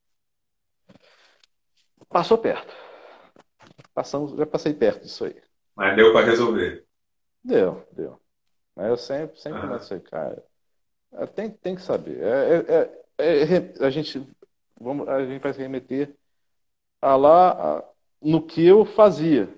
Passou perto. Passamos, já passei perto disso aí. Mas deu para resolver. Deu, deu. Mas eu sempre, sempre Aham, começo aí, cara. é, Tem, tem que saber. É, é- é- é re- a gente, vamos, a gente vai se remeter a lá, a- no que eu fazia.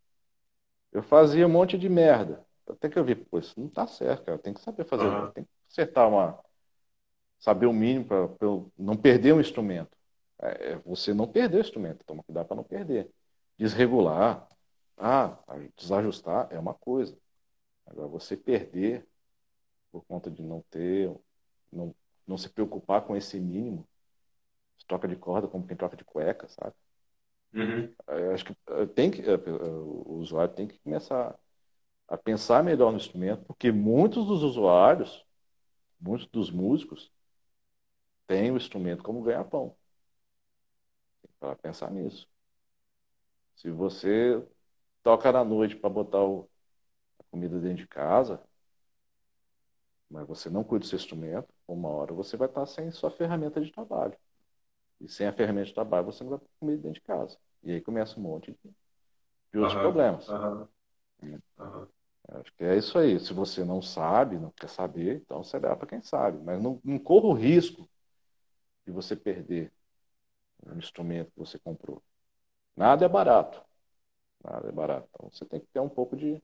Eu fazia um monte de merda. Até que eu vi, pô, isso não tá certo, cara. Tem que saber fazer, aham, tem que acertar uma, saber o mínimo para não perder um instrumento. É, é você não perder o instrumento, toma cuidado para não perder. Desregular, ah, desajustar é uma coisa. Agora, você perder por conta de não ter, não, não se preocupar com esse mínimo, troca de corda como quem troca de cueca, sabe? uhum, Eu acho que eh, tem que, eh, o usuário tem que começar a pensar melhor no instrumento, porque muitos dos usuários, muitos dos músicos, têm o instrumento como ganha-pão. Para pensar nisso. Se você toca na noite para botar o- a comida dentro de casa, mas você não cuida do seu instrumento, uma hora você vai estar sem sua ferramenta de trabalho. E sem a ferramenta de trabalho, você não vai ter comida dentro de casa. E aí começa um monte de, de outros aham, problemas. aham, Né? aham, Eu acho que é isso aí. Se você não sabe, não quer saber, então você dá para quem sabe. Mas não, não corra o risco de você perder um instrumento que você comprou. Nada é barato. Nada é barato. Então você tem que ter um pouco de,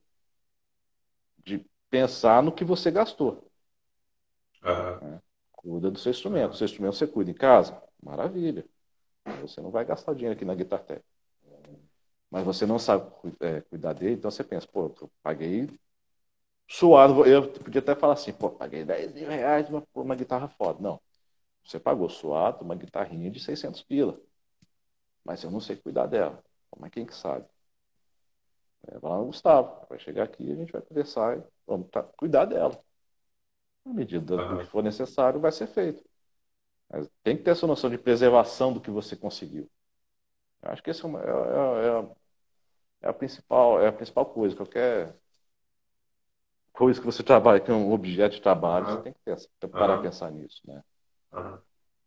de pensar no que você gastou. aham, Né? Cuida do seu instrumento. O aham, seu instrumento você cuida em casa? Maravilha. Você não vai gastar dinheiro aqui na Guitar Tech. Mas você não sabe é, cuidar dele, então você pensa, pô, eu paguei suado. Eu podia até falar assim, pô, paguei dez mil reais por uma guitarra foda. Não. Você pagou suado uma guitarrinha de seiscentos pila. Mas eu não sei cuidar dela. Mas quem que sabe? É, vai lá no Gustavo. Vai chegar aqui e a gente vai conversar e vamos tá- cuidar dela. Na medida do que aham, for necessário, vai ser feito. Mas tem que ter essa noção de preservação do que você conseguiu. Eu acho que essa é, uma- é- é- é a, é a principal, é a principal coisa. Qualquer coisa que você trabalha, que é um objeto de trabalho, você aham, tem que pensar, parar a aham, pensar nisso, né? aham.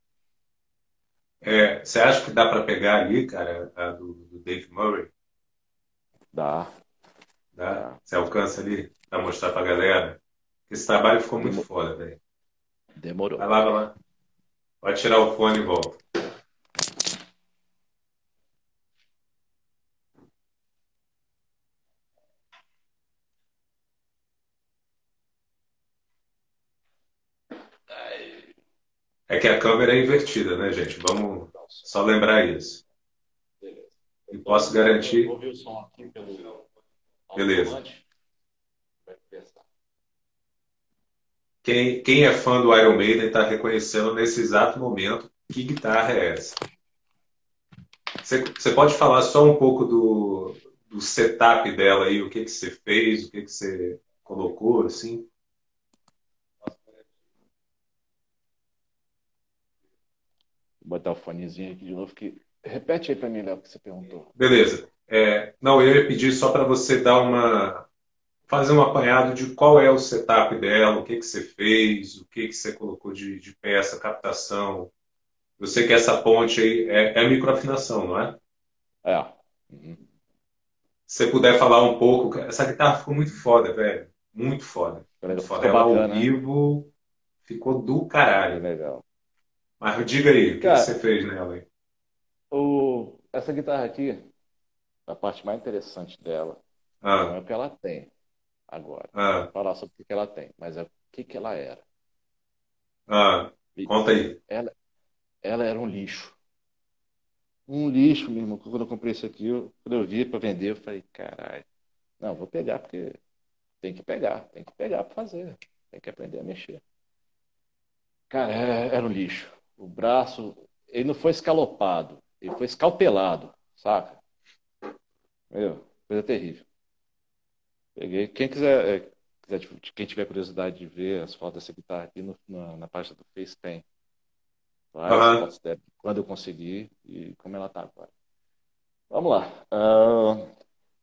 É, você acha que dá para pegar ali, cara, a do, do Dave Murray? Dá, Dá? dá. Você alcança ali para mostrar para a galera? Esse trabalho ficou muito Demo- foda, velho. demorou. Vai lá, vai lá. Pode tirar o fone e volta. É que a câmera é invertida, né, gente? Vamos só lembrar isso. Beleza. Eu E tô, posso vou, eu vou garantir, ver o som aqui pelo beleza. alto-falante. Vai pensar. Quem, quem é fã do Iron Maiden está reconhecendo nesse exato momento que guitarra é essa. Você, você pode falar só um pouco do, do setup dela aí, o que, que você fez, o que, que você colocou, assim? Vou botar o fonezinho aqui de novo. Que... Repete aí pra mim, Léo, o que você perguntou. Beleza. É, não, eu ia pedir só para você dar uma, fazer um apanhado de qual é o setup dela, o que, que você fez, o que, que você colocou de, de peça, captação. Eu sei que essa ponte aí é, é microafinação, não é? É. Uhum. Se você puder falar um pouco, essa guitarra ficou muito foda, velho. Muito foda. Muito foda. Ficou Ela ao bacana, né? vivo ficou do Bem caralho. legal. Mas diga aí, o que, que você Cara, fez nela aí? o... essa guitarra aqui, a parte mais interessante dela, não é Ah, o que ela tem agora. Vamos ah, falar sobre o que ela tem, mas é o que que ela era. ah. Bicho, Conta aí. ela, ela era um lixo. Um lixo, meu irmão. Quando eu comprei isso aqui, eu, quando eu vi para vender, eu falei, caralho, não, vou pegar porque tem que pegar, tem que pegar para fazer, tem que aprender a mexer. Cara, é- era um lixo. O braço, ele não foi escalopado, ele foi escalpelado, saca? Meu, coisa terrível. Peguei. Quem quiser, é, quiser, tipo, quem tiver curiosidade de ver as fotos dessa guitarra aqui no- na, na página do Face tem várias Aham, fotos dela, quando eu conseguir e como ela tá agora. Vamos lá. Ah,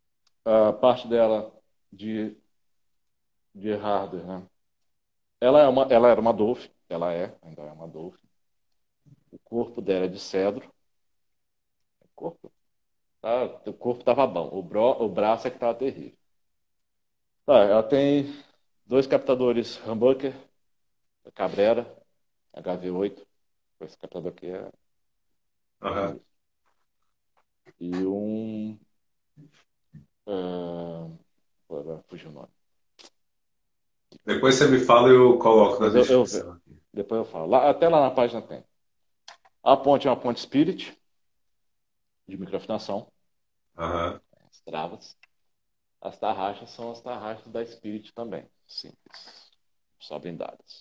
a parte dela de, de hardware, né? Ela, é uma, ela era uma Dolphin, ela é, ainda é uma Dolphin. O corpo dela é de cedro. O corpo, tá, o corpo tava bom, o, bro, o braço é que tava terrível. Tá, ela tem dois captadores humbucker, Cabrera, H V oito. Esse captador aqui é Aham. sinistro. E um. ah, agora fugiu o nome. Depois você me fala e eu coloco na Depois eu, eu- descrição aqui. depois eu falo. Lá- até lá na página tem. A ponte é uma ponte Spirit, de microafinação, Aham. as travas. As tarraxas são as tarraxas da Spirit também, simples, só blindadas.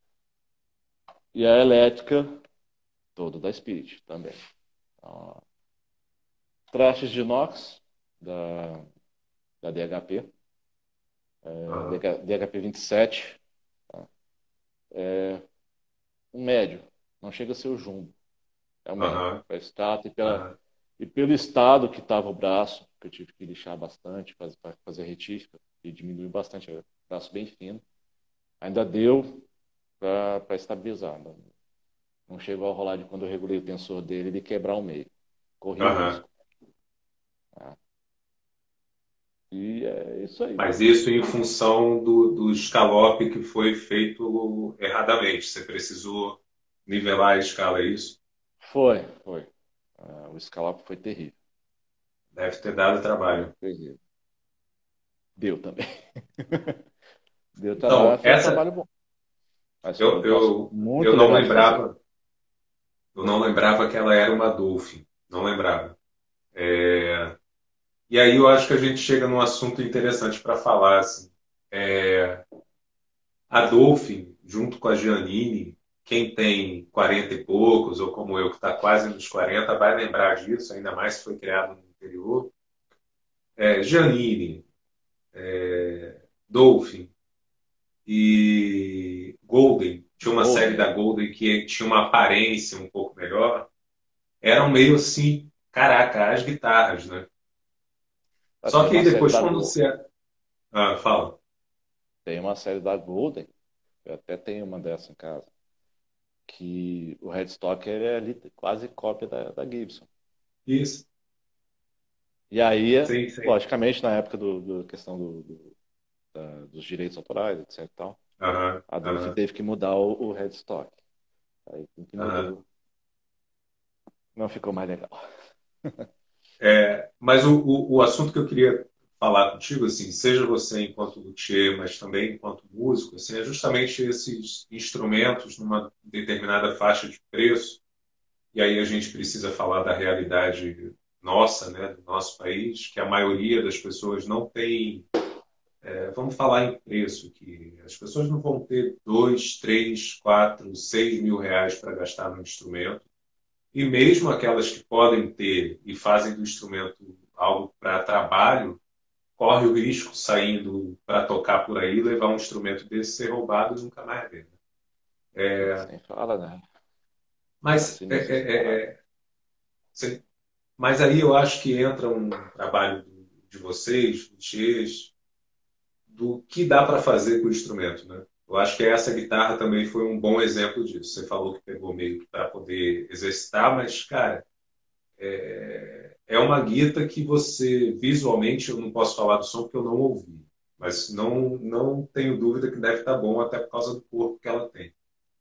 E a elétrica, toda da Spirit também. Então, trastes de inox, da, da D H P, é, Aham. D H P vinte e sete, tá? É um médio, não chega a ser o jumbo, é o médio. Aham. Pela status e, pela, Aham. e pelo estado que estava o braço, que eu tive que lixar bastante para fazer retífica, e diminuiu bastante, o braço bem fino. Ainda deu para estabilizar. Não, não chegou a rolar de quando eu regulei o tensor dele de quebrar o meio. Corri o Aham. risco. Tá? E é isso aí. Mas isso em função do, do escalope que foi feito erradamente. Você precisou nivelar a escala, é isso? Foi, foi. Ah, o escalope foi terrível. Deve ter dado trabalho. Terrível. Deu também. Deu trabalho, Então, mas foi um essa trabalho bom. Mas foi eu, um troço eu, eu muito não legal de fazer. lembrava, eu não lembrava que ela era uma Dolphin. Não lembrava. É, e aí eu acho que a gente chega num assunto interessante para falar, assim. É, a Dolphin, junto com a Giannini, quem tem quarenta e poucos, ou como eu, que está quase nos quarenta, vai lembrar disso, ainda mais se foi criado no interior. É, Giannini, Dolphin e Golden, tinha uma série Golden, da é. Golden que tinha uma aparência um pouco melhor, eram meio assim, caraca, as guitarras, né? Ah, Só tem que aí uma série depois, da quando Go... você. Ah, fala. tem uma série da Golden, eu até tenho uma dessa em casa, que o headstock ele é ali quase cópia da, da Gibson. Isso. E aí, Sim, sim. logicamente, na época do, do questão do, do- da- dos direitos autorais, etc e tal, Aham, a Dolphin aham, teve que mudar o, o headstock. Aí, com que aham. mudou, não ficou mais legal. É, mas o, o, o assunto que eu queria falar contigo, assim, seja você enquanto luthier, mas também enquanto músico, assim, é justamente esses instrumentos numa determinada faixa de preço, e aí a gente precisa falar da realidade nossa, né, do nosso país, que a maioria das pessoas não tem, é, vamos falar em preço, que as pessoas não vão ter dois, três, quatro, seis mil reais para gastar no instrumento. E mesmo aquelas que podem ter e fazem do instrumento algo para trabalho, corre o risco, saindo para tocar por aí, levar um instrumento desse, ser roubado e nunca mais ver. Sem fala, né? Tá Mas, é, sinistro essa é, parada. é, sim, mas aí eu acho que entra um trabalho de vocês, luthiers, do que dá para fazer com o instrumento, né? Eu acho que essa guitarra também foi um bom exemplo disso. Você falou que pegou meio que para poder exercitar, mas, cara, é uma guita que você, visualmente, eu não posso falar do som porque eu não ouvi, mas não, não tenho dúvida que deve estar bom até por causa do corpo que ela tem.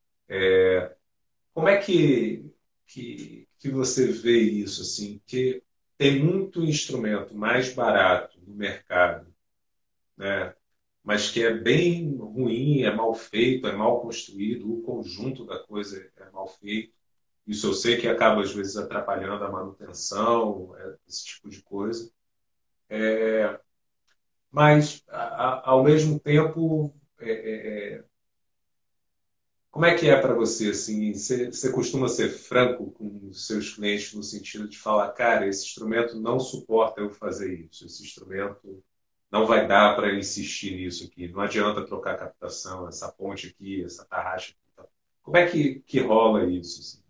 Como é que, que, que você vê isso, assim? Que tem muito instrumento mais barato no mercado, né? Mas que é bem ruim, é mal feito, é mal construído, o conjunto da coisa é mal feito. Isso eu sei que acaba, às vezes, atrapalhando a manutenção, é, esse tipo de coisa. Mas, a- a- ao mesmo tempo, é, é, é, como é que é para você, assim? Você, você costuma ser franco com os seus clientes no sentido de falar, cara, esse instrumento não suporta eu fazer isso, esse instrumento não vai dar para insistir nisso aqui, não adianta trocar a captação, essa ponte aqui, essa tarraxa aqui. Como é que, que rola isso, assim?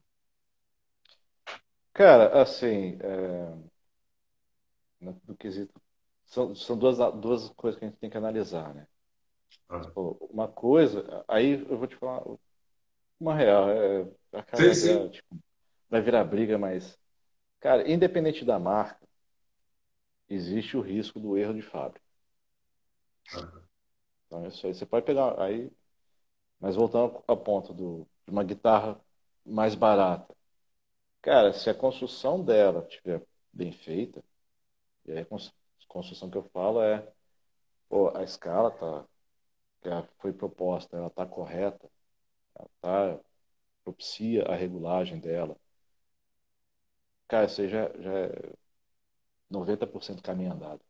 Cara, assim, é, no, no quesito são, são duas, duas coisas que a gente tem que analisar, né? Ah. Pô, uma coisa, aí eu vou te falar uma real, é, acaba Sim, vai virar, sim. tipo, vai virar briga, mas, cara, independente da marca, existe o risco do erro de fábrica. Ah. Então, isso aí você pode pegar, aí, mas voltando ao ponto do, de uma guitarra mais barata. Cara, se a construção dela estiver bem feita, e aí a cons- construção que eu falo é, pô, a escala tá, que a- foi proposta, ela tá correta, ela tá, propicia a regulagem dela. Cara, isso aí já, já é noventa por cento caminho andado.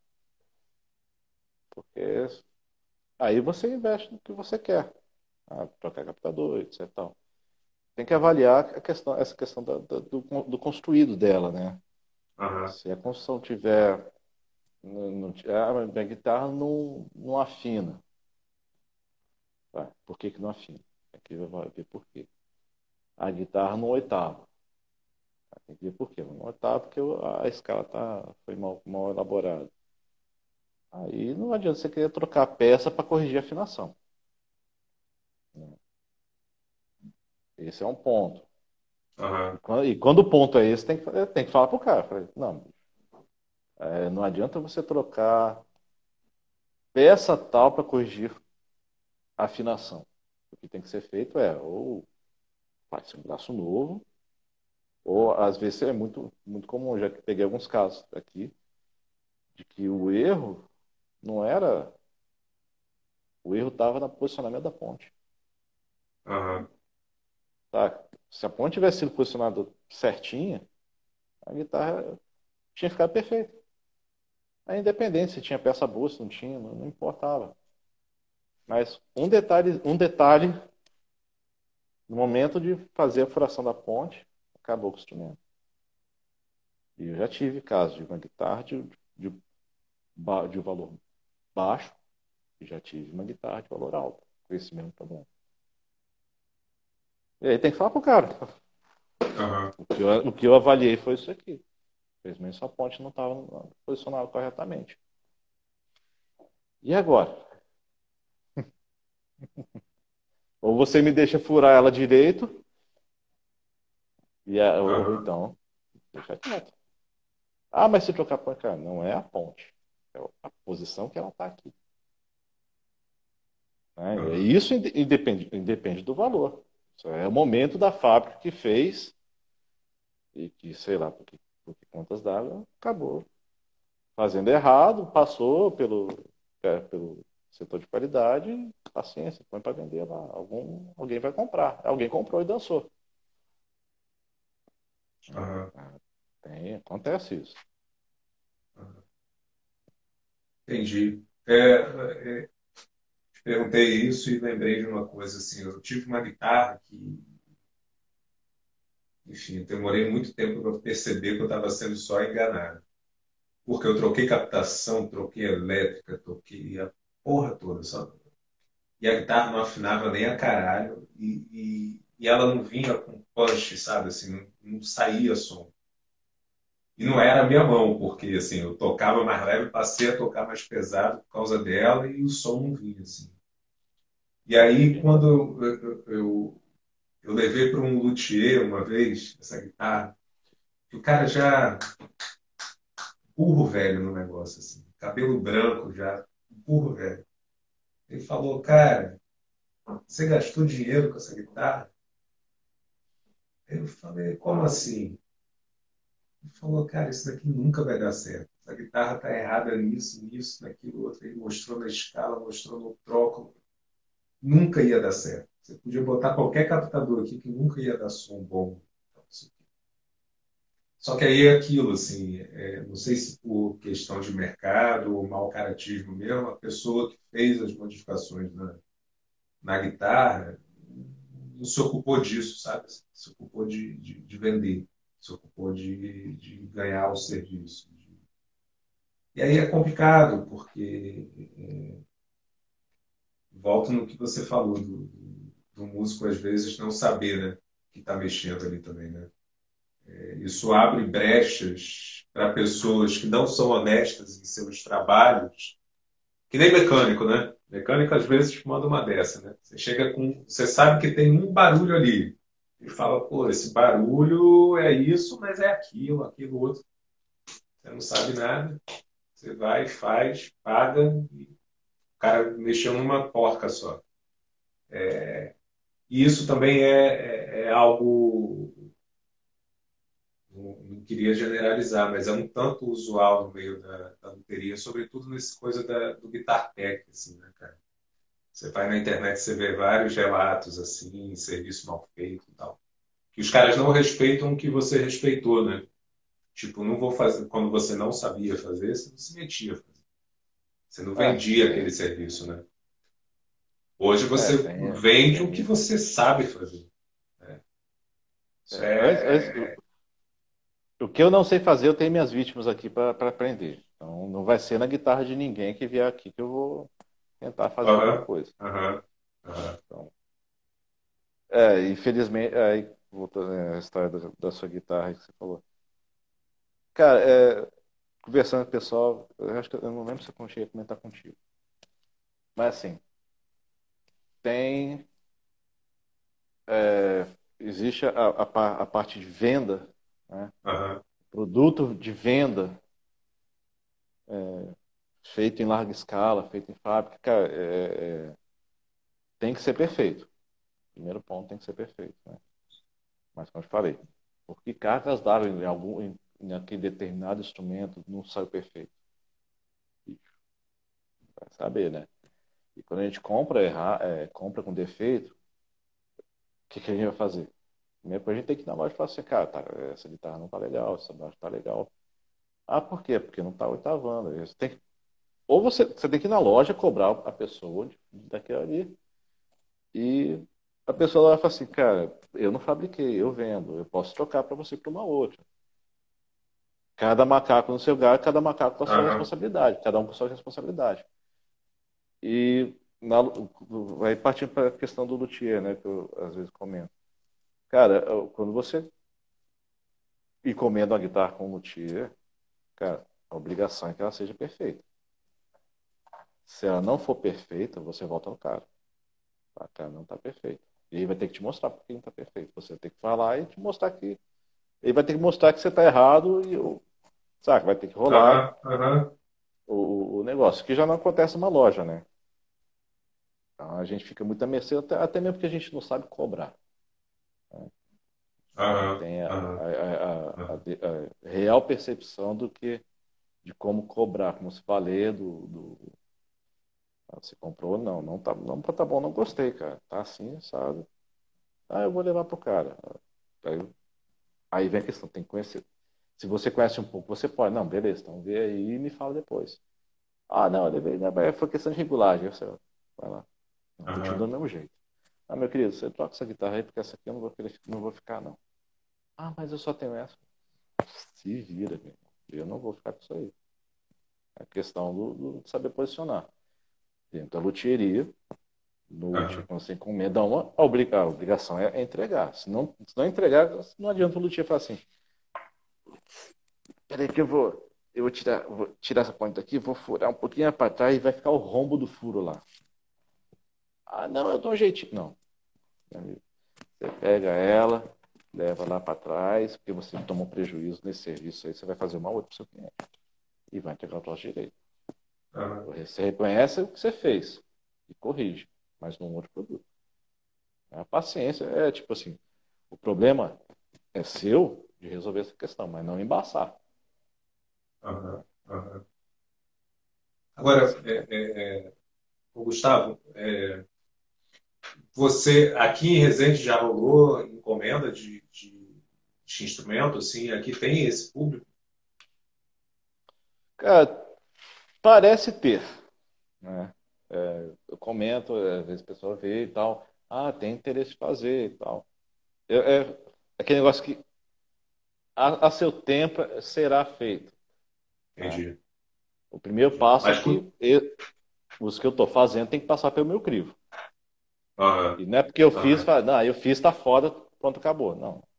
Porque aí você investe no que você quer. Ah, trocar captador, etc. Tal. Tem que avaliar a questão, essa questão da- da- do, do construído dela, né? Aham. Se a construção tiver. Não, não, ah, minha guitarra não, não afina. Tá, por que, que não afina? Aqui vai ver por quê. A guitarra no oitavo. Tá, tem que ver por quê. No oitavo, porque a escala tá, foi mal, mal elaborada. Aí não adianta você querer trocar a peça para corrigir a afinação, né? Esse é um ponto. E Aham. quando, e quando o ponto é esse, tem que, tem que falar pro cara. Falei, não, é, não adianta você trocar peça tal para corrigir a afinação. O que tem que ser feito é ou faz um braço novo, ou às vezes é muito, muito comum, já que peguei alguns casos aqui, de que o erro não era. O erro estava no posicionamento da ponte. Aham. Tá? Se a ponte tivesse sido posicionada certinha, a guitarra tinha ficado perfeita. A independente se tinha peça boa, se não tinha, não, não importava. Mas um detalhe, um detalhe, no momento de fazer a furação da ponte, acabou com o instrumento. E eu já tive casos de uma guitarra de, de, ba- de valor baixo, e já tive uma guitarra de valor alto, com esse mesmo problema. E aí tem que falar pro cara. Aham. O que eu, o que eu avaliei foi isso aqui. Infelizmente, sua ponte não estava posicionada corretamente. E agora? Ou você me deixa furar ela direito, e a- ou, ou Aham. então, deixa quieto. Ah, mas se trocar a ponte, cara, não é a ponte. É a posição que ela está aqui. Né? Aham. E isso inde- independe, independe do valor. Isso é o momento da fábrica que fez e que, sei lá, porque, porque contas d'água, acabou fazendo errado, passou pelo, é, pelo setor de qualidade, paciência, põe para vender lá. Algum, alguém vai comprar. Alguém comprou e dançou. Aham. Ah, tem, acontece isso. Entendi. É, é, perguntei isso e lembrei de uma coisa assim. Eu tive uma guitarra que, enfim, eu demorei muito tempo para perceber que eu estava sendo só enganado. Porque eu troquei captação, troquei elétrica, troquei a porra toda, sabe? E a guitarra não afinava nem a caralho. E, e, e ela não vinha com punch, sabe? Assim, não, não saía som. E não era a minha mão, porque assim, eu tocava mais leve, passei a tocar mais pesado por causa dela e o som não vinha, assim. E aí, Entendi. quando eu, eu, eu, eu levei para um luthier uma vez, essa guitarra, o cara já burro velho no negócio, assim, cabelo branco já, burro velho. Ele falou, cara, você gastou dinheiro com essa guitarra? Eu falei, como assim? Ele falou, cara, isso daqui nunca vai dar certo. Essa guitarra tá errada nisso, nisso, naquilo, outro. Ele mostrou na escala, mostrou no troco. Nunca ia dar certo. Você podia botar qualquer captador aqui que nunca ia dar som bom. Só que aí é aquilo, assim, é, não sei se por questão de mercado ou mau caratismo mesmo, a pessoa que fez as modificações na, na guitarra não se ocupou disso, sabe? Se ocupou de, de, de vender, se ocupou de, de ganhar o serviço. E aí é complicado, porque é, volto no que você falou do, do, do músico, às vezes, não saber, né, que está mexendo ali também, né? Isso abre brechas para pessoas que não são honestas em seus trabalhos, que nem mecânico, né? Mecânico às vezes manda uma dessa, né? Você chega com, você sabe que tem um barulho ali e fala, pô, esse barulho é isso, mas é aquilo, aquilo outro. Você não sabe nada, você vai, faz, paga, e o cara mexeu numa porca só. E isso também é, é, é algo, não, não queria generalizar, mas é um tanto usual no meio da, da luteria, sobretudo nessa coisa da, do guitar tech, assim, né, cara? Você vai na internet, você vê vários relatos assim, serviço mal feito e tal. Que os caras não respeitam o que você respeitou, né? Tipo, não vou fazer. Quando você não sabia fazer, você não se metia a fazer. Você não É, vendia aquele tem, serviço, né? Hoje é, você tem, vende o tem que isso. você sabe fazer. Né? Isso É, antes, antes, é. o que eu não sei fazer, eu tenho minhas vítimas aqui para aprender. Então, não vai ser na guitarra de ninguém que vier aqui que eu vou tentar fazer alguma Aham, coisa. aham, aham, Então, é, infelizmente, aí, voltando à história da, da sua guitarra que você falou. Cara, é, conversando com o pessoal, eu acho que eu não lembro se eu cheguei a comentar contigo. Mas assim, tem. é, existe a, a, pa- a parte de venda, né? aham, Produto de venda feito em larga escala, feito em fábrica, cara, é, é, tem que ser perfeito. Primeiro ponto tem que ser perfeito, né? Mas como eu te falei, por que cargas d'água em algum em, em aquele determinado instrumento não saiu perfeito? Vai saber, né? E quando a gente compra errar, é, compra com defeito, o que, que a gente vai fazer? Primeiro coisa a gente tem que ir na loja e falar assim, cara, tá, essa guitarra não tá legal, essa baixo tá legal. Ah, por quê? Porque não tá oitavando. Você tem que, ou você, você tem que ir na loja cobrar a pessoa de, daquilo ali. E a pessoa vai falar assim, cara, eu não fabriquei, eu vendo, eu posso trocar para você para uma outra. Cada macaco no seu galho, cada macaco com a sua aham, responsabilidade, cada um com a sua responsabilidade. E na, vai partindo para a questão do luthier, né, que eu às vezes comento. Cara, eu- quando você encomenda uma guitarra com um luthier, cara, a obrigação é que ela seja perfeita. Se ela não for perfeita, você volta no cara. Tá, cara, não está perfeito. E aí vai ter que te mostrar porque não está perfeito. Você vai ter que falar e te mostrar que ele vai ter que mostrar que você está errado e o saca, vai ter que rolar aham, aham, o, o negócio, que já não acontece numa loja, né? Então a gente fica muito à mercê, até, até mesmo porque a gente não sabe cobrar. Né? Não aham, tem a, aham, a, a, a, aham, a real percepção do que, de como cobrar, como se valer do, do ah, você comprou, não, não tá, não tá bom, não gostei, cara. Tá assim, sabe? Ah, eu vou levar pro cara. Aí, aí vem a questão, tem que conhecer. Se você conhece um pouco, você pode. Não, beleza, então vê aí e me fala depois. Ah, não, eu levei, né, mas foi questão de regulagem. Você vai lá. Não, continua aham, do mesmo jeito. Ah, meu querido, você troca essa guitarra aí, porque essa aqui eu não vou, querer, não vou ficar, não. Ah, mas eu só tenho essa. Se vira, meu irmão. Eu não vou ficar com isso aí. É a questão do, do de saber posicionar. Dentro da luthieria, no luthier, aham, quando você encomenda uma, a, obriga, a obrigação é, é entregar. Se não, se não entregar, não adianta o luthier falar assim, peraí que eu vou, eu vou tirar, vou tirar essa ponta aqui, vou furar um pouquinho para trás e vai ficar o rombo do furo lá. Ah, não, eu dou um jeitinho. Não, meu amigo. Você pega ela, leva lá para trás, porque você tomou prejuízo nesse serviço aí, você vai fazer uma outra para o seu cliente e vai entregar o troço direito. aham, Você reconhece o que você fez e corrige, mas num outro produto. A paciência é tipo assim, o problema é seu de resolver essa questão, mas não embaçar. aham, aham. É Agora, assim que é, é. é, é, ô, Gustavo, é, você aqui em Resende já rolou encomenda de, de, de instrumento, assim, aqui tem esse público? Cara, parece ter, né? É, eu comento, às vezes o pessoal vê e tal. Ah, tem interesse de fazer e tal. Eu- é aquele negócio que a, a seu tempo será feito. Né? Entendi. O primeiro Entendi. passo é Mas com. que eu, os que eu estou fazendo tem que passar pelo meu crivo. Aham, E não é porque eu fiz, aham, fala, não, eu fiz, tá foda, pronto, acabou. Não.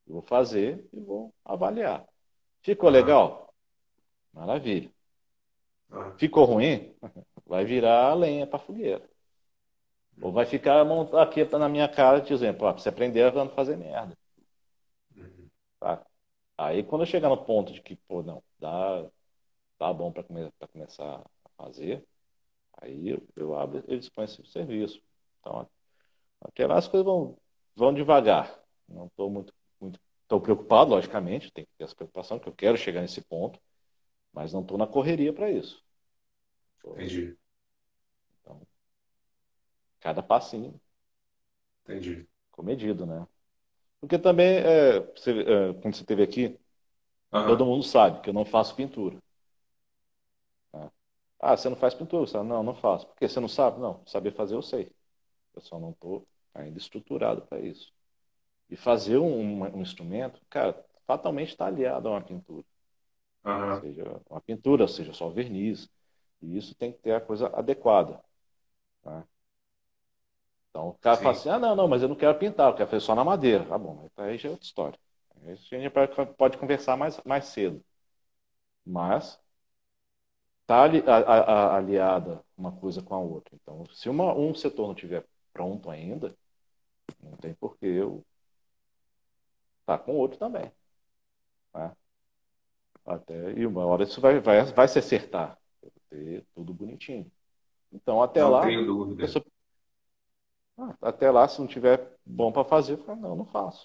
Eu vou fazer e vou avaliar. Ficou Aham. legal? Maravilha. Ah, Ficou ruim? Vai virar lenha para fogueira. Ou vai ficar mont- aqui na minha cara dizendo, pô, pra você aprender a não fazer merda. uhum. Tá? Aí quando eu chegar no ponto de que, pô, não, dá, tá bom para come, pra começar a fazer, aí eu, eu abro e disponho esse serviço. Então, até lá as coisas vão, vão devagar. Não estou muito, muito tô preocupado, logicamente, tem que ter essa preocupação, que eu quero chegar nesse ponto, mas não estou na correria para isso. Tô- Entendi, então, cada passinho entendi. comedido, né? Porque também, é, você, é, quando você esteve aqui, todo Aham. mundo sabe que eu não faço pintura. Né? Ah, você não faz pintura? Você fala, não, não faço. Por quê? Você não sabe? Não, saber fazer eu sei. Eu só não estou ainda estruturado para isso. E fazer um, um instrumento, cara, fatalmente está aliado a uma pintura. Aham. Seja uma pintura, seja só verniz. E isso tem que ter a coisa adequada. Né? Então o cara fala Sim. assim, ah, não, não, mas eu não quero pintar, eu quero fazer só na madeira. Tá bom, mas aí já é outra história. Aí a gente pode pode conversar mais, mais cedo. Mas está ali, a- a- a- aliada uma coisa com a outra. Então, se uma, um setor não estiver pronto ainda, não tem por que eu estar com o outro também. Né? Até, e uma hora isso vai, vai, vai se acertar. Vai ter tudo bonitinho. Então, até Não lá, tenho a dúvida. pessoa, ah, até lá, se não tiver bom para fazer, fala, não, não faço.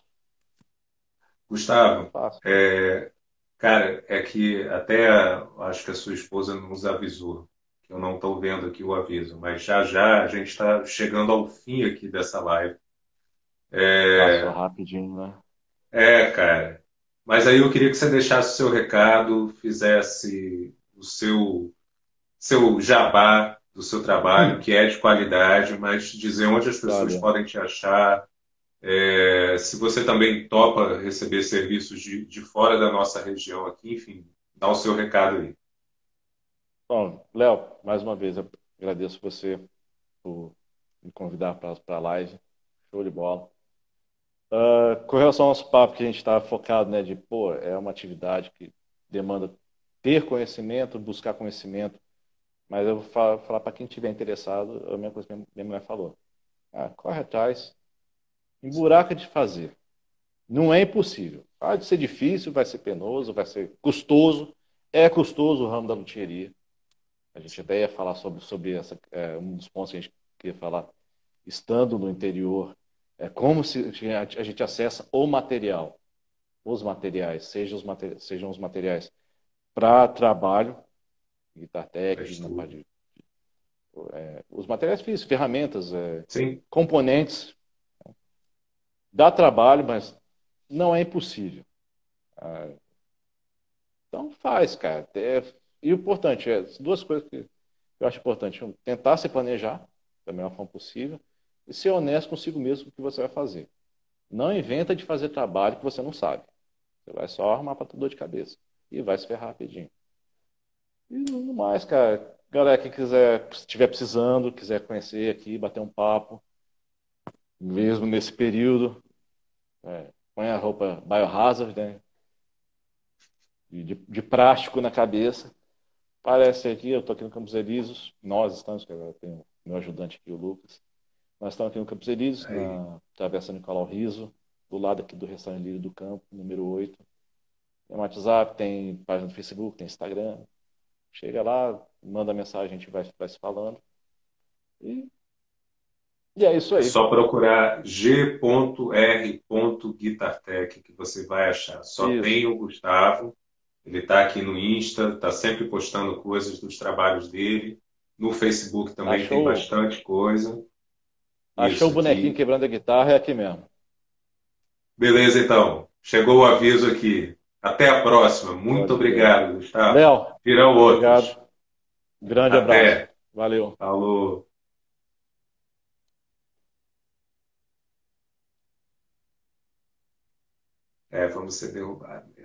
Não Gustavo, faço. é, cara, é que até acho que a sua esposa nos avisou, que eu não estou vendo aqui o aviso, mas já já a gente está chegando ao fim aqui dessa live. Passou É, rapidinho, né? é, cara. Mas aí eu queria que você deixasse o seu recado, fizesse o seu, seu jabá do seu trabalho, que é de qualidade, mas dizer onde as pessoas Valeu. podem te achar. É, se você também topa receber serviços de, de fora da nossa região aqui, enfim, dá o seu recado aí. Bom, Léo, mais uma vez, eu agradeço você por me convidar para a live. Show de bola. Ah, com relação ao nosso papo que a gente está focado, né, de, pô, é uma atividade que demanda ter conhecimento, buscar conhecimento, mas eu vou fa- falar para quem tiver interessado, a mesma coisa que minha minha mulher falou. Ah, corre atrás, emburaca de fazer. Não é impossível. Pode ser difícil, vai ser penoso, vai ser custoso. É custoso o ramo da luthieria. A gente até ia falar sobre, sobre essa, é, um dos pontos que a gente queria falar, estando no interior, é como se a gente acessa o material, os materiais, sejam os, materi sejam os materiais para trabalho, guitar tech, Faz na tudo. parte de, é, os materiais físicos, ferramentas, é, Sim, componentes, dá trabalho, mas não é impossível. Ah, então faz, cara. É, e o importante é duas coisas que eu acho importante. Um, tentar se planejar da melhor forma possível e ser honesto consigo mesmo com o que você vai fazer. Não inventa de fazer trabalho que você não sabe. Você vai só arrumar para dor de cabeça. E vai se ferrar rapidinho. E no mais, cara. Galera, quem quiser, estiver precisando, quiser conhecer aqui, bater um papo, mesmo nesse período, é, põe a roupa Biohazard, né? De, de, de plástico na cabeça. Parece aqui, eu estou aqui no Campos Elíseos, nós estamos, que eu tenho meu ajudante aqui, o Lucas. Nós estamos aqui no Campos Elíseos, aí. na Travessa Nicolau Riso, do lado aqui do restaurante Lírio do Campo, número oito. Tem WhatsApp, tem página do Facebook, tem Instagram. Chega lá, manda mensagem, a gente vai, vai se falando. E, e é isso É aí. só procurar g r guitartech que você vai achar. Só Isso. tem o Gustavo, ele está aqui no Insta, está sempre postando coisas dos trabalhos dele. No Facebook também tem Achou, bastante coisa. achou Isso o bonequinho aqui. quebrando a guitarra, é aqui mesmo. Beleza, então. Chegou o aviso aqui. Até a próxima. Muito Pode crer. obrigado, Gustavo. Léo, Virão obrigado. outros. Grande abraço. Até. Valeu. Falou. É, vamos ser derrubados.